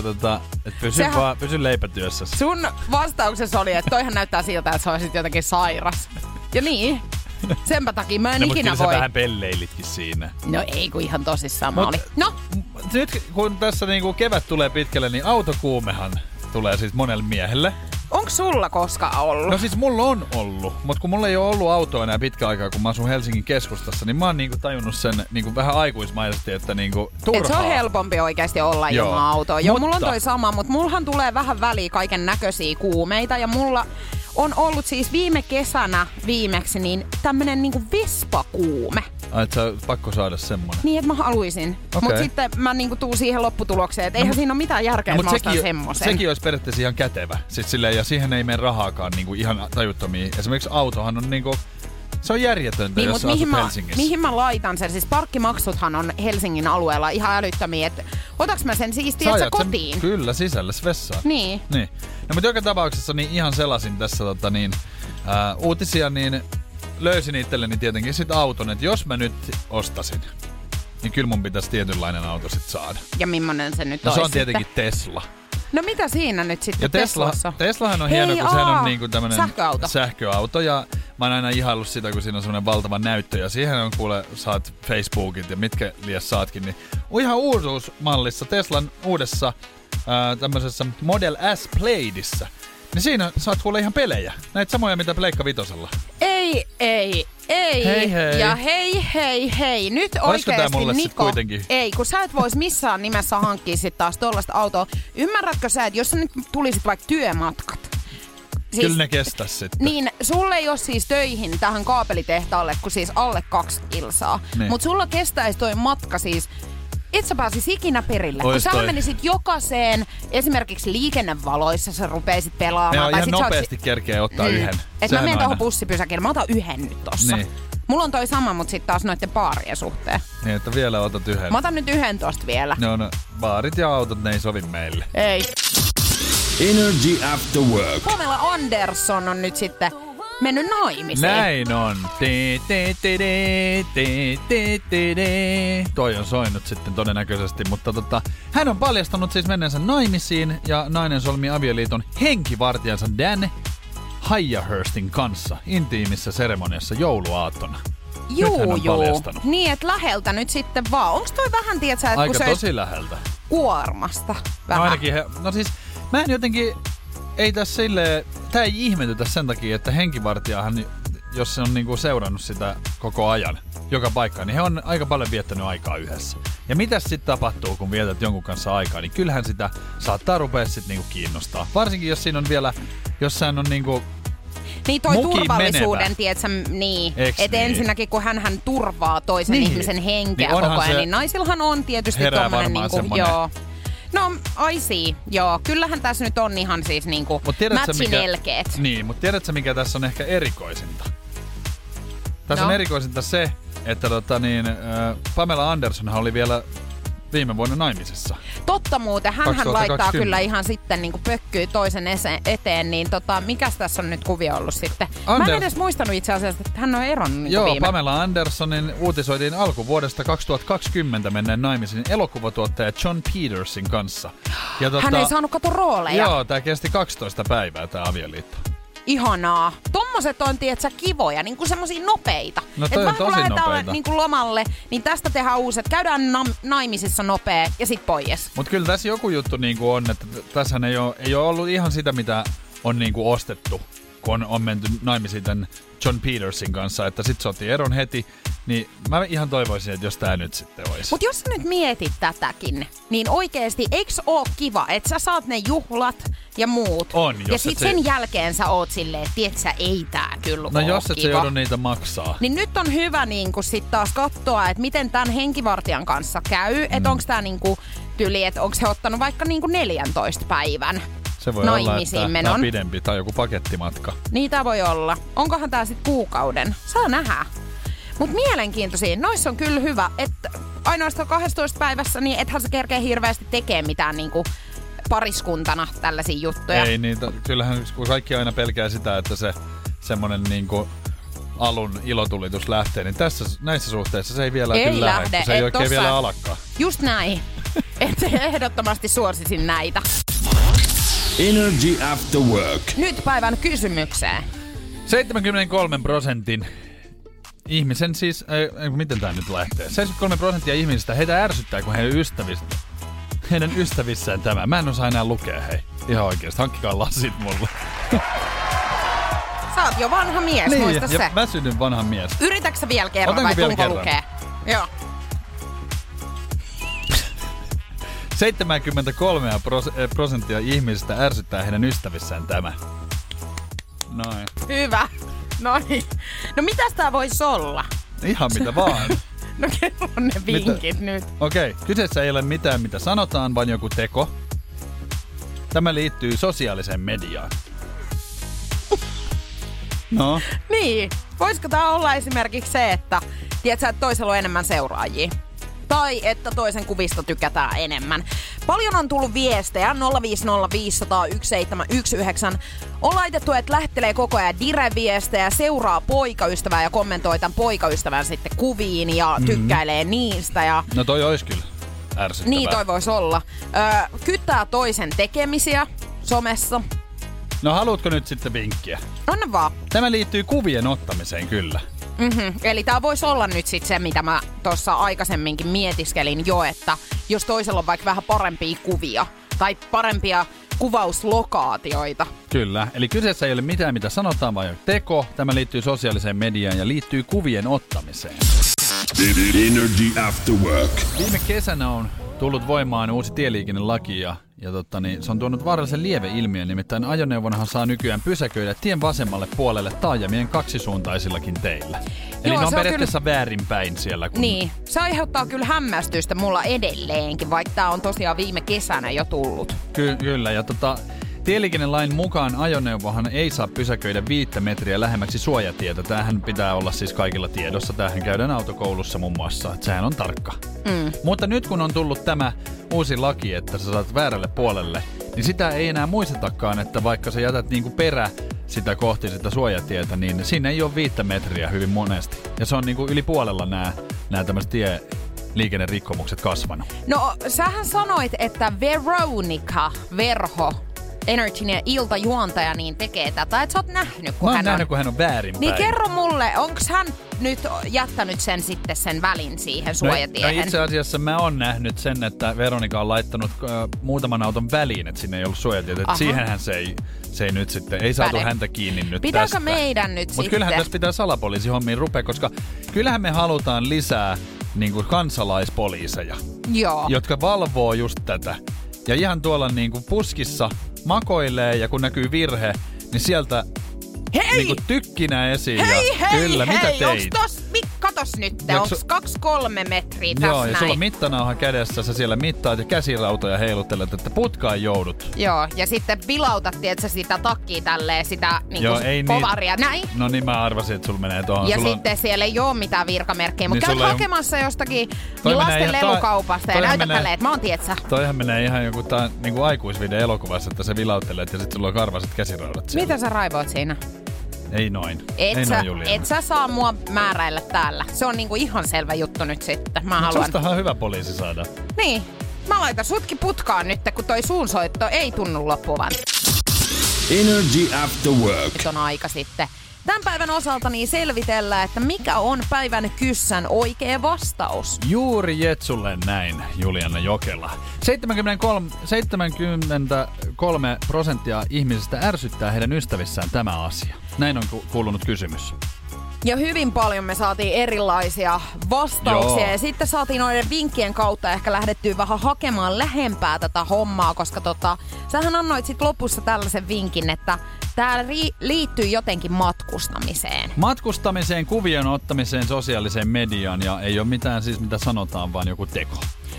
pysy leipätyössä. Sun vastauksessa oli, että toihan näyttää siltä, että sä olisit jotenkin sairas. Ja niin. Senpä takia mä en ikinä voi. Mutta sä vähän pelleilitkin siinä. No ei, kun ihan tosissaan mä olin. No. Nyt kun tässä niinku kevät tulee pitkälle, niin autokuumehan tulee siis monelle miehelle. Onks sulla koskaan ollut? No siis mulla on ollut, mutta kun mulla ei ole ollut autoa enää pitkä aikaa, kun mä asun Helsingin keskustassa, niin mä oon niinku tajunnut sen niinku vähän aikuismaisesti, että niinku turhaa. Et se on helpompi oikeasti olla ilman autoa. Joo, mulla on toi sama, mutta mullahan tulee vähän väliin kaiken näköisiä kuumeita ja mulla on ollut siis viime kesänä viimeksi niin tämmönen niinku vespakuume. Ai, että sä pakko saada semmonen. Niin, että mä haluisin. Okay. Mut sitten mä niinku tuun siihen lopputulokseen, että eihän siinä ole mitään järkeä, että mä ostan semmosen. Sekin olisi periaatteessa ihan kätevä. Siis silleen, ja siihen ei mene rahaakaan niinku ihan tajuttomia. Esimerkiksi autohan on niinku... Se on järjetöntä, niin, jos sä asut Helsingissä. Mihin mä laitan sen? Siis parkkimaksuthan on Helsingin alueella ihan älyttömiä. Otaks mä sen siis tiedätkö kotiin? Kyllä, sisällä vessaan. Niin. No mutta joka tapauksessa niin ihan selasin tässä uutisia, niin löysin itselleni tietenkin sit auton, että jos mä nyt ostasin, niin kyllä mun pitäisi tietynlainen auto sit saada. Ja millainen se nyt olisi? Se on tietenkin Tesla. No mitä siinä nyt sitten ja Teslahan on hieno, kun sehän on niinku tämmönen sähköauto. Ja mä oon aina ihaillut sitä, kun siinä on semmonen valtava näyttö. Ja siihen on kuule, saat Facebookit ja mitkä liias saatkin. Niin ihan uusuusmallissa, Teslan uudessa tämmöisessä Model S Plaidissa. Niin siinä saat kuule ihan pelejä. Näitä samoja, mitä Pleikka Vitosella. Ei. Hei. Ja hei. Nyt oikeesti Niko. Ei, kun sä et vois missään nimessä hankkia sit taas tollaista autoa. Ymmärrätkö sä, että jos sä nyt tulisit vaikka työmatkat. Siis, kyllä ne kestäis sitten. Niin, sulle ei oo siis töihin tähän kaapelitehtaalle, kun siis alle 2 kilsaa. Niin. Mut sulla kestäis toi matka siis. Et sä pääsis ikinä perille. Kun sä menisit jokaiseen, esimerkiksi liikennevaloissa sä rupeisit pelaamaan. Ja ihan nopeasti kerkee ottaa yhden. Et mä menen tohon bussipysäkille, mä otan yhden nyt tossa. Niin. Mulla on toi sama, mut sit taas noitten baarien suhteen. Niin, että vielä otat yhden. Mä otan nyt yhden tosta vielä. No, baarit ja autot, ne ei sovi meille. Ei. Energy After Work. Pamela Anderson on nyt sitten mennyt naimisiin. Näin on. Toi on soinut sitten todennäköisesti, mutta hän on paljastanut siis menneensä naimisiin ja nainen solmi avioliiton henkivartijansa Dan Hiahurstin kanssa intiimissä seremoniassa jouluaattona. Juu. Niin, että läheltä nyt sitten vaan. Onks toi vähän, tietsä, että aika tosi läheltä. Kuormasta vähän? No ainakin mä en jotenkin, ei tässä silleen, tää ei ihmetytä sen takia, että henkivartijahan, jos se on niinku seurannut sitä koko ajan, joka paikkaan, niin he on aika paljon viettänyt aikaa yhdessä. Ja mitäs sitten tapahtuu, kun vietät jonkun kanssa aikaa, niin kyllähän sitä saattaa rupea sitten niinku kiinnostaa. Varsinkin jos siinä on vielä, jossain on niinku niin toi turvallisuuden, tietsä, niin. Että ensinnäkin kun hän turvaa toisen ihmisen henkeä niin koko ajan, niin naisillahan on tietysti tommonen niinku, joo. No, I see. Joo, kyllähän tässä nyt on ihan siis niinku matchin elkeet. Niin, mutta tiedätkö mikä tässä on ehkä erikoisinta? Tässä on erikoisinta se, että Pamela Andersonhan oli vielä viime vuonna naimisessa. Totta muuten, hänhän laittaa kyllä ihan sitten niinku pökkyy toisen eteen, niin mikäs tässä on nyt kuvio ollut sitten? Mä en edes muistanut itse asiassa, että hän on eronnut joo, viime. Pamela Andersonin uutisoitiin alkuvuodesta 2020 menneen naimisiin elokuvatuottaja John Petersin kanssa. Ja hän ei saanut kato rooleja. Joo, tää kesti 12 päivää tää avioliitto. Ihanaa. Tommoset on, tietsä, kivoja, niinku semmosia nopeita. No toi on tosi nopeita. Niinku lomalle, niin tästä tehdään uuset. Käydään naimisissa nopea ja sit pois. Mut kyllä tässä joku juttu niinku on, että tässähän ei oo ollut ihan sitä, mitä on niinku ostettu, kun on menty naimisiin tän John Petersin kanssa, että sit se otti eron heti. Niin mä ihan toivoisin, että jos tää nyt sitten ois. Mut jos sä nyt mietit tätäkin, niin oikeesti eiks oo kiva, että sä saat ne juhlat ja muut. On, jos ja sit sen jälkeen sä oot silleen, että tietsä, ei tää kyllä no oo jos et kiva. sä joudu niitä maksaa. Niin nyt on hyvä niinku sit taas katsoa, että miten tän henkivartijan kanssa käy. Että onks tää niinku tyli, että onks he ottanut vaikka niinku 14 päivän. Se voi olla, että tää on pidempi tai joku pakettimatka. Niin tää voi olla. Onkohan tää sit kuukauden? Saa nähdä. Mut mielenkiintoisia. Noissa on kyllä hyvä, että ainoastaan 12 päivässä, niin ethän sä kerkeä hirveästi tekee mitään niinku pariskuntana tällaisia juttuja. Ei niin, kyllähän kun kaikki aina pelkää sitä, että se semmonen niinku alun ilotulitus lähtee, niin näissä suhteissa se ei vielä kyllä lähde. Se ei oikein vielä alakkaan. Just näin. Että ehdottomasti suosisin näitä. Energy After Work. Nyt päivän kysymykseen. 73% ihmisen siis, miten tää nyt lähtee? 73% ihmisistä heitä ärsyttää, kun heidän ystävissään tämä. Mä en osaa enää lukea, hei. Ihan oikeesti, hankkikaa lasit mulle. Sä oot jo vanha mies, niin, muista se. Mä synnyn vanha mies. Yritätkö sä vielä kerran vai tunko lukee? Joo. 73% ihmisistä ärsyttää heidän ystävissään tämä. Noin. Hyvä. Noin. No mitäs tää voisi olla? Ihan mitä vaan. No kerro ne vinkit nyt. Okei, kyseessä ei ole mitään mitä sanotaan, vaan joku teko. Tämä liittyy sosiaaliseen mediaan. No. Niin. Voisiko tää olla esimerkiksi se, että tiedätkö, että toisella on enemmän seuraajia? Tai että toisen kuvista tykätään enemmän. Paljon on tullut viestejä 050501719. On laitettu, että lähettelee koko ajan dire-viestejä, seuraa poikaystävää ja kommentoi tämän poikaystävän sitten kuviin ja tykkäilee niistä. Ja no toi ois kyllä. ärsyttävää. Niin, toi voisi olla. Kyttää toisen tekemisiä somessa. No haluatko nyt sitten vinkkiä? Anna vaan. Tämä liittyy kuvien ottamiseen kyllä. Eli tää voisi olla nyt sit se, mitä mä tuossa aikaisemminkin mietiskelin jo, että jos toisella on vaikka vähän parempia kuvia tai parempia kuvauslokaatioita. Kyllä, eli kyseessä ei ole mitään, mitä sanotaan, vaan teko. Tämä liittyy sosiaaliseen mediaan ja liittyy kuvien ottamiseen. Energy After Work. Viime kesänä on tullut voimaan uusi tieliikennelaki ja se on tuonut vaarallisen lieveilmiön, nimittäin ajoneuvonahan saa nykyään pysäköidä tien vasemmalle puolelle taajamien kaksisuuntaisillakin teillä. Eli ne on periaatteessa kyllä väärinpäin siellä. Niin, se aiheuttaa kyllä hämmästystä mulla edelleenkin, vaikka tää on tosiaan viime kesänä jo tullut. Kyllä, ja tieliikennelain mukaan ajoneuvohan ei saa pysäköidä 5 metriä lähemmäksi suojatietä. Tämähän pitää olla siis kaikilla tiedossa. Tämähän käydään autokoulussa muun muassa. Että sehän on tarkka. Mutta nyt kun on tullut tämä uusi laki, että sä saat väärälle puolelle, niin sitä ei enää muistetakaan, että vaikka sä jätät niinku perä sitä kohti sitä suojatietä, niin siinä ei ole 5 metriä hyvin monesti. Ja se on niinku yli puolella nämä tämmöiset liikennerikkomukset kasvanut. No, sähän sanoit, että Veronica Verho, Energyn iltajuontaja, niin tekee tätä. Et sä oot nähnyt, kun kun hän on väärinpäin. Niin kerro mulle, onks hän nyt jättänyt sen välin siihen suojatiehen? No itse asiassa mä oon nähnyt sen, että Veronica on laittanut muutaman auton väliin, että siinä ei ollut suojatietä. Siihenhän se ei nyt sitten, ei saatu häntä kiinni nyt pitääkö tästä. meidän nyt Mut kyllähän tässä pitää salapoliisihommiin rupea, koska kyllähän me halutaan lisää niinku kansalaispoliiseja, jotka valvoo just tätä. Ja ihan tuolla niinku puskissa makoilee ja kun näkyy virhe, niin sieltä niinku tykkinä esiin. Kyllä, mitä teit? Katos nyt, onks 2-3 metriä tässä Joo, ja näin? sulla on mittanauha kädessä, sä siellä mittaat ja käsirautoja heiluttelet, että putkaan joudut. Joo, ja sitten vilautat, tietsä, sitä takkia tälleen, sitä niinku povaria, näin. No niin, mä arvasin, että sulla menee tuohon. Ja sitten siellä ei oo mitään virkamerkkejä, mutta käyt hakemassa jostakin lasten lelukaupasta ja näytät tälleen, että mä oon tietsä. Toihan menee ihan joku niinku aikuisvideo elokuvassa, että sä vilauttelet ja sit sulla on karvaset käsiraudat siellä. Mitä sä raivoat siinä? Ei noin. Et sä saa mua määräillä täällä. Se on niinku ihan selvä juttu nyt sitten. Mä haluan. Sustahan hyvä poliisi saada. Niin. Mä laitan sutkin putkaan nyt, kun toi suunsoitto ei tunnu loppuvan. Energy After Work. Nyt on aika sitten tämän päivän osalta niin selvitellään, että mikä on päivän kyssän oikea vastaus. Juuri Jetsulle näin, Juliana Jokela. 73% ihmisistä ärsyttää heidän ystävissään tämä asia. Näin on kuulunut kysymys. Ja hyvin paljon me saatiin erilaisia vastauksia. Joo. Ja sitten saatiin noiden vinkkien kautta ehkä lähdettyä vähän hakemaan lähempää tätä hommaa, koska sähän annoit sit lopussa tällaisen vinkin, että tää liittyy jotenkin matkustamiseen. Matkustamiseen, kuvien ottamiseen, sosiaaliseen mediaan ja ei ole mitään siis mitä sanotaan, vaan joku teko.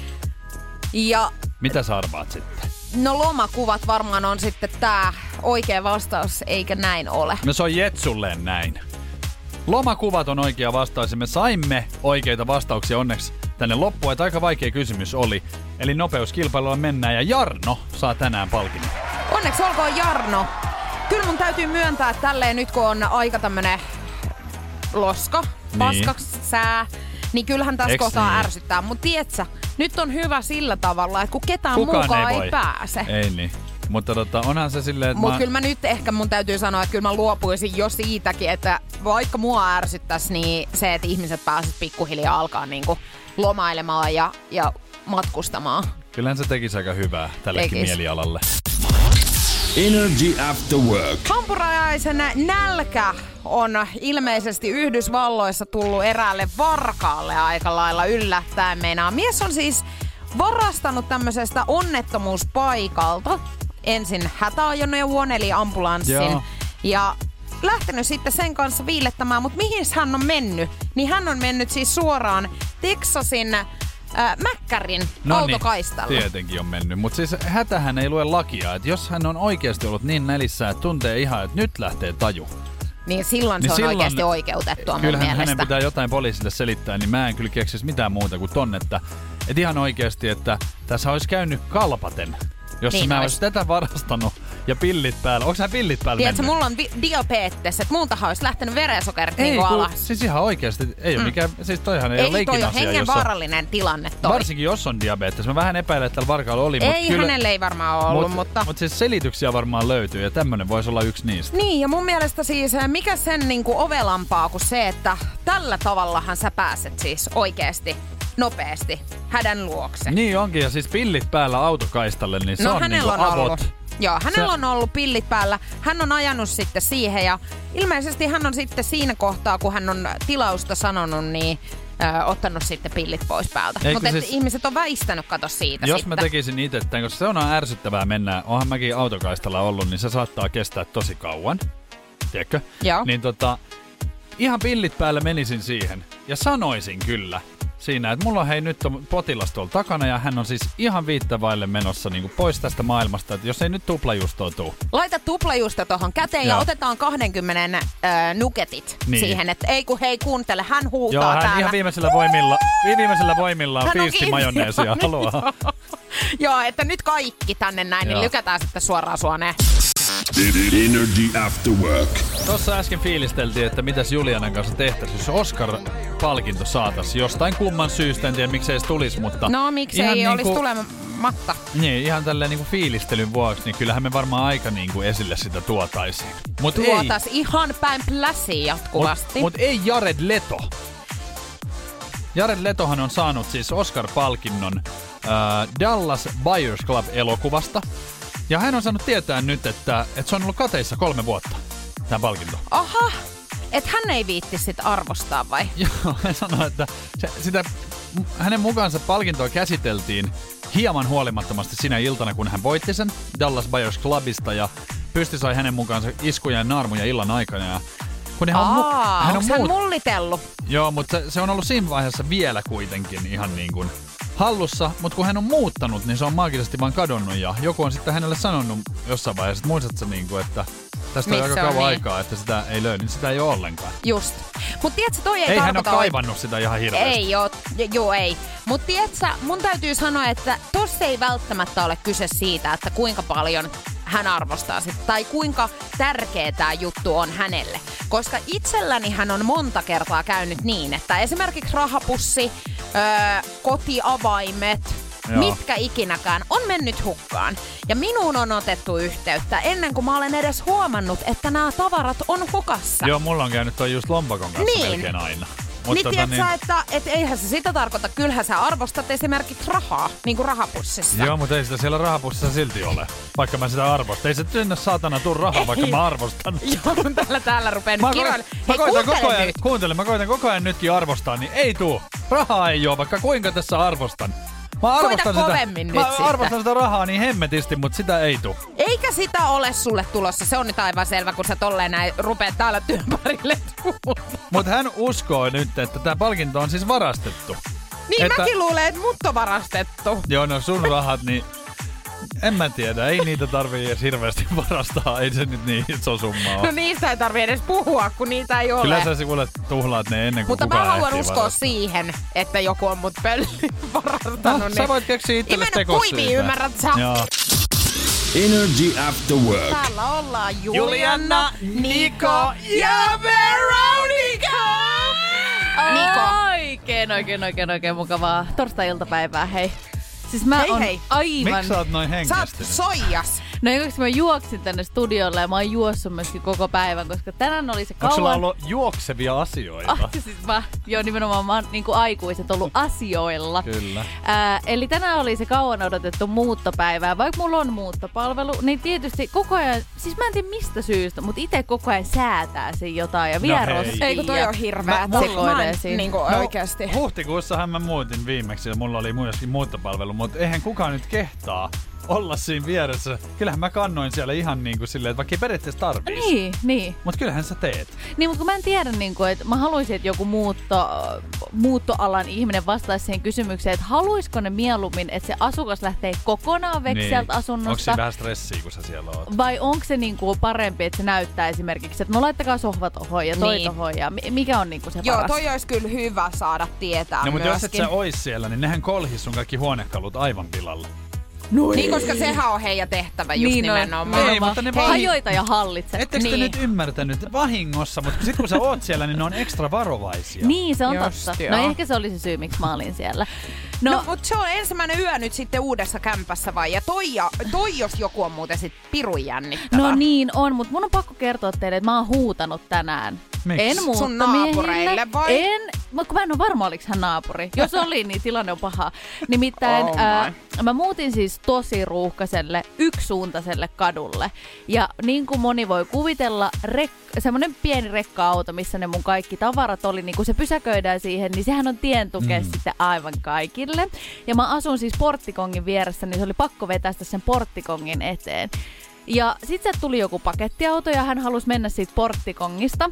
Ja mitä sä arvaat sitten? No lomakuvat varmaan on sitten tää oikea vastaus, eikä näin ole. No se on Jetsulle näin. Lomakuvat on oikea vastaus ja me saimme oikeita vastauksia onneksi tänne loppuun, että aika vaikea kysymys oli. Eli nopeuskilpailulla mennään ja Jarno saa tänään palkinnon. Onneksi olkoon Jarno. Kyllä mun täytyy myöntää, että tälleen nyt kun on aika tämmönen loska, paskaksi sää, niin kyllähän tässä kohtaa ärsyttää. Mut tietsä, nyt on hyvä sillä tavalla, että kun ketään mukaan ei pääse. Ei niin. Mutta onhan se silleen, että kyllä mä nyt ehkä mun täytyy sanoa, että kyllä mä luopuisin jo siitäkin, että vaikka mua ärsyttäisi, niin se, että ihmiset pääsisivät pikkuhiljaa alkaa niinku lomailemaan ja matkustamaan. Kyllähän se tekisi aika hyvää tällekin mielialalle. Energy After Work. Hampuriaisen nälkä on ilmeisesti Yhdysvalloissa tullut eräälle varkaalle aika lailla yllättäen. Mies on siis varastanut tämmöisestä onnettomuuspaikalta ensin hätäajoneuvon eli ambulanssin. Joo. Ja lähtenyt sitten sen kanssa viilettämään, mutta mihin hän on mennyt? Niin hän on mennyt siis suoraan Texasin Mäkkärin autokaistalle. Niin, tietenkin on mennyt, mutta siis hätähän ei lue lakia. Että jos hän on oikeasti ollut niin nälissään, että tuntee ihan, että nyt lähtee taju. Niin silloin se on oikeasti oikeutettua mun mielestä. Kyllähän hänen pitää jotain poliisille selittää, niin mä en kyllä keksisi mitään muuta kuin ton, että ihan oikeasti, että tässä olisi käynyt kalpaten. Jos niin mä olisin tätä varastanut ja pillit päällä. Onko sä pillit päällä Tiedätkö, mennyt? mulla on diabetes, että multahan olisi lähtenyt verensokerit Ei, niinku alas. siis ihan oikeesti. Ei ole mikään, siis toihan ei ole leikin toi asia. on hengenvaarallinen tilanne toi. Varsinkin jos on diabetes. Mä vähän epäilen, että tällä varkaalla oli. Ei, kyllä, hänelle ei varmaan ollut, mutta... Mutta siis selityksiä varmaan löytyy ja tämmönen voisi olla yksi niistä. Niin, ja mun mielestä siis, mikä sen niinku ovelampaa kuin se, että tällä tavallahan sä pääset siis oikeesti nopeasti hädän luokse. Niin onkin, ja siis pillit päällä autokaistalle, niin se on niinku avot. Joo, hänellä on ollut pillit päällä. Hän on ajanut sitten siihen ja ilmeisesti hän on sitten siinä kohtaa, kun hän on tilausta sanonut, niin ottanut sitten pillit pois päältä. Mutta siis, ihmiset on väistänyt, kato siitä jos sitten. mä tekisin itse, koska se on ärsyttävää mennä, onhan mäkin autokaistalla ollut, niin se saattaa kestää tosi kauan. Tiedätkö? Joo. Niin ihan pillit päällä menisin siihen ja sanoisin kyllä siinä, että mulla on nyt on potilas tuolla takana ja hän on siis ihan viittavaille menossa niin kuin pois tästä maailmasta, että jos ei nyt tuplajuustoa tuu. Laita tuplajuusto tohon käteen ja otetaan 20 nuketit siihen, että ei kun hei kuuntele, hän huutaa täällä. Joo, hän ihan viimeisellä voimillaan piisti majoneesia haluaa. Joo, että nyt kaikki tänne näin, niin lykätään sitten suoraan suoneen. Energy After Work. Tuossa äsken fiilisteltiin, että mitäs Julianan kanssa tehtäisiin, jos Oscar-palkinto saataisiin jostain kumman syystä, en tiedä miksei se tulisi, mutta... No miksei olisi tulematta. Niin, ihan tälleen niinku fiilistelyn vuoksi, niin kyllähän me varmaan aika niinku esille sitä tuotaisiin. Tuotais ihan päin pläsiä jatkuvasti. Mut ei Jared Leto. Jared Letohan on saanut siis Oscar-palkinnon Dallas Buyers Club-elokuvasta. Ja hän on saanut tietää nyt, että se on ollut kateissa 3 vuotta, tämä palkinto. Aha, että hän ei viitti sit arvostaa vai? Joo, hän sanoi, että hänen mukaansa palkintoa käsiteltiin hieman huolimattomasti sinä iltana, kun hän voitti sen Dallas Buyers Clubista ja Pysti sai hänen mukaansa iskuja ja naarmuja illan aikana. Ja kun hän on mullitellut? Joo, mutta se on ollut siinä vaiheessa vielä kuitenkin ihan niin kuin hallussa, mutta kun hän on muuttanut, niin se on maagisesti vaan kadonnut ja joku on sitten hänelle sanonut jossain vaiheessa, että muistatko niinku, että tästä on aika kauan aikaa, että sitä ei löydy, niin sitä ei ole ollenkaan. Just. Mut tiedätkö, toi ei hän ole kaivannut sitä ihan hirveästi. Ei oo, joo ei. Mut tiedätkö, mun täytyy sanoa, että tossa ei välttämättä ole kyse siitä, että kuinka paljon hän arvostaa sitä, tai kuinka tärkeä tämä juttu on hänelle. Koska itselläni hän on monta kertaa käynyt niin, että esimerkiksi rahapussi, kotiavaimet, mitkä ikinäkään on mennyt hukkaan. Ja minuun on otettu yhteyttä ennen kuin mä olen edes huomannut, että nämä tavarat on hukassa. Joo, mulla on käynyt toi just lompakon kanssa melkein aina. Niin tiedätkö että eihän se sitä tarkoita, kyllähän sä arvostat esimerkiksi rahaa, niin kuin rahapussissa. Joo, mutta ei sitä siellä rahapussissa silti ole, vaikka mä sitä arvostan. Ei se tynnä saatana tuu rahaa, vaikka mä arvostan. Joo, kun täällä rupee nyt kiroille. Mä koitan koko ajan nytkin arvostaa, niin ei tuu. Rahaa ei oo, vaikka kuinka tässä arvostan. Mä arvostan sitä rahaa niin hemmetisti, mutta sitä ei tuu. Eikä sitä ole sulle tulossa. Se on nyt aivan selvä, kun sä tolleen näin rupeat täällä työparille tulla. Mut hän uskoo nyt, että tää palkinto on siis varastettu. Niin mäkin luulen, että mut on varastettu. Joo, no sun rahat, niin en mä tiedä. Ei niitä tarvii edes hirveästi varastaa. Ei se nyt niin iso summa ole. No niistä ei tarvii edes puhua, kun niitä ei ole. Kyllä sä kuulet tuhlaat ne ennen kuin mutta kukaan mä haluan ehtii uskoa varastaa siihen, että joku on mut pöllin varastanut. No, sä voit keksiä itsellesi tekosyitä. Kuivia, ymmärrät sä? Joo. Energy After Work. Täällä ollaan Juliana, Niko ja Veronica! Niko! Oikein mukavaa torstai-iltapäivää, hei. Siis mä oon aivan... Miksi sä oot noin henkästynyt? Sä oot soijas. No koska mä juoksin tänne studiolle ja mä oon juossut myöskin koko päivän, koska tänään oli se kauan... Onko sulla ollut juoksevia asioita? Siis nimenomaan mä oon niin kuin aikuiset ollut asioilla. Kyllä. Eli tänään oli se kauan odotettu muuttopäivä. Vaikka mulla on muuttopalvelu, niin tietysti koko ajan, siis mä en tiedä mistä syystä, mutta itse koko ajan säätää sen jotain ja vie roskiin. Ei kun toi on hirveä. Niinku oikeesti. Huhtikuussahan mä muutin viimeksi ja mulla oli myöskin muuttopalvelu, mutta eihän kukaan nyt kehtaa olla siinä vieressä. Kyllähän mä kannoin siellä ihan niin kuin silleen, että vaikka ei periaatteessa tarvitsisi. Niin. Mutta kyllähän sä teet. Niin, mutta kun mä en tiedä, niin kuin, että mä haluaisin, että joku muuttoalan ihminen vastaisi siihen kysymykseen, että haluaisiko ne mieluummin, että se asukas lähtee kokonaan veksi sieltä asunnosta. Onko siinä vähän stressiä, kun sä siellä oot? Vai onko se niin kuin parempi, että se näyttää esimerkiksi, että no laittakaa sohva tohon ja toi tohon ja mikä on niin kuin se paras? Joo, toi olisi kyllä hyvä saada tietää no, mutta myöskin. jos et sä ois siellä, niin nehän kolhis sun kaikki huonekalut aivan pilalla. Niin, koska sehän on heidän tehtävä just niin nimenomaan. Ei, mutta ne hajoita ja hallitse. Ettekö te nyt ymmärtänyt vahingossa, mutta sit kun sä oot siellä, niin ne on ekstra varovaisia. Niin, se on Just totta. joo. No ehkä se oli se syy, miksi mä olin siellä. No mutta se on ensimmäinen yö nyt sitten uudessa kämpässä vai? Ja toi jos joku on muuten sit pirun jännittävä. No niin on, mutta mun on pakko kertoa teille, että mä oon huutanut tänään. Miksi? En Sun naapureille vai? En, kun mä en ole varma, oliko hän naapuri. Jos oli, niin tilanne on paha. Nimittäin mä muutin siis tosi ruuhkaiselle, yksisuuntaiselle kadulle. Ja niin kuin moni voi kuvitella, semmoinen pieni rekka-auto, missä ne mun kaikki tavarat oli, niin kun se pysäköidään siihen, niin sehän on tientuke sitten aivan kaikille. Ja mä asun siis porttikongin vieressä, niin se oli pakko vetästä sen porttikongin eteen. Ja sit sieltä tuli joku pakettiauto ja hän halusi mennä siitä porttikongista.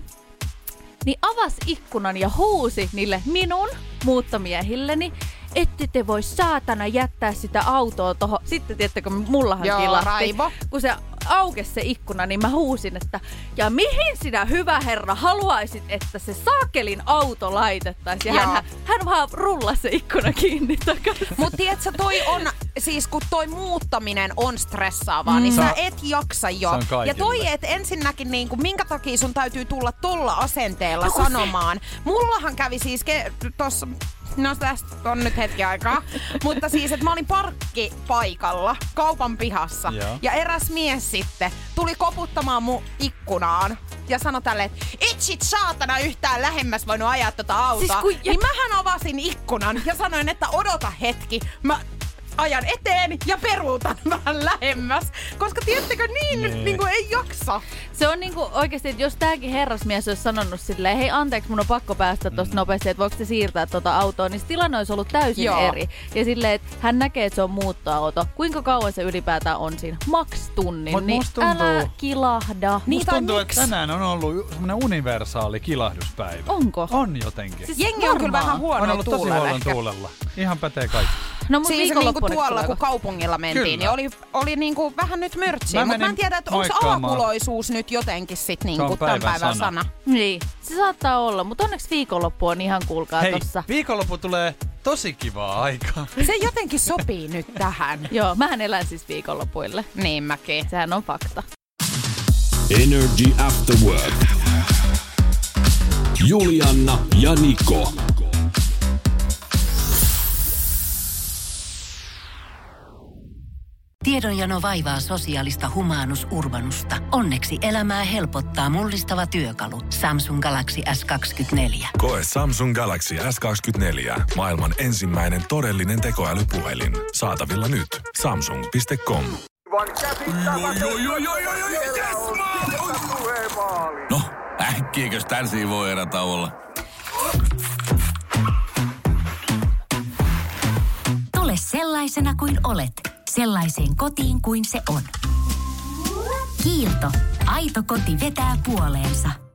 Niin avasi ikkunan ja huusi niille minun muuttomiehilleni, ette te voi saatana jättää sitä autoa tohon. Sitten tiedättekö, mullahan kilahti. Raivo. Kun se aukesi se ikkuna, niin mä huusin, että ja mihin sinä hyvä herra haluaisit, että se saakelin auto laitettaisiin. Ja hän vaan rullasi se ikkuna kiinni takaisin. Mut tiedätkö, toi on, siis kun toi muuttaminen on stressaavaa, niin sä et jaksa jo. Ja toi, et ensinnäkin niinku, minkä takia sun täytyy tulla tolla asenteella sanomaan. Mullahan kävi siis tossa... No tästä on nyt hetki aikaa. Mutta siis, että mä olin parkkipaikalla kaupan pihassa. Joo. Ja eräs mies sitten tuli koputtamaan mun ikkunaan. Ja sanoi tälleen, että et sit saatana yhtään lähemmäs voinut ajaa tota autoa. Siis niin mähän avasin ikkunan ja sanoin, että odota hetki. Mä ajan eteen ja peruutan vähän lähemmäs. Koska tiedättekö, niin kuin ei jaksa. Se on niinku oikeesti, että jos tääkin herrasmies olisi sanonut silleen, hei anteeksi, mun on pakko päästä tosta nopeasti, että voiko te siirtää tota autoa, niin tilanne olisi ollut täysin eri. Ja silleen, että hän näkee, että se on muuttoauto. Kuinka kauan se ylipäätään on siinä? Maks tunnin. Mut niin älä kilahda. Musta tuntuu, että tänään on ollut semmoinen universaali kilahduspäivä. Onko? On jotenkin. Siis jengi on kyllä vähän huonolla on ollut tosi huonon tuulella. Ihan pätee kaikki. No, mut siis niinku tuolla, kun kaupungilla mentiin, niin oli niinku vähän nyt mörtsiä. Mutta mä en tiedä, että onko aakuloisuus nyt jotenkin sit niinku tämän päivän sana. Niin, se saattaa olla, mutta onneksi viikonloppu on ihan kuulkaa tossa. Viikonloppu tulee tosi kivaa aikaa. Se jotenkin sopii nyt tähän. Joo, mähän elän siis viikonlopuille. Niin mäkin. Sehän on fakta. Energy After Work. Julianna ja Niko. Tiedonjano vaivaa sosiaalista humanus urbanusta. Onneksi elämää helpottaa mullistava työkalu. Samsung Galaxy S24. Koe Samsung Galaxy S24. Maailman ensimmäinen todellinen tekoälypuhelin. Saatavilla nyt. Samsung.com. No, äkkiäkös tän siivoo erätauolla? Tule sellaisena kuin olet. Sellaiseen kotiin kuin se on. Kiilto. Aito koti vetää puoleensa.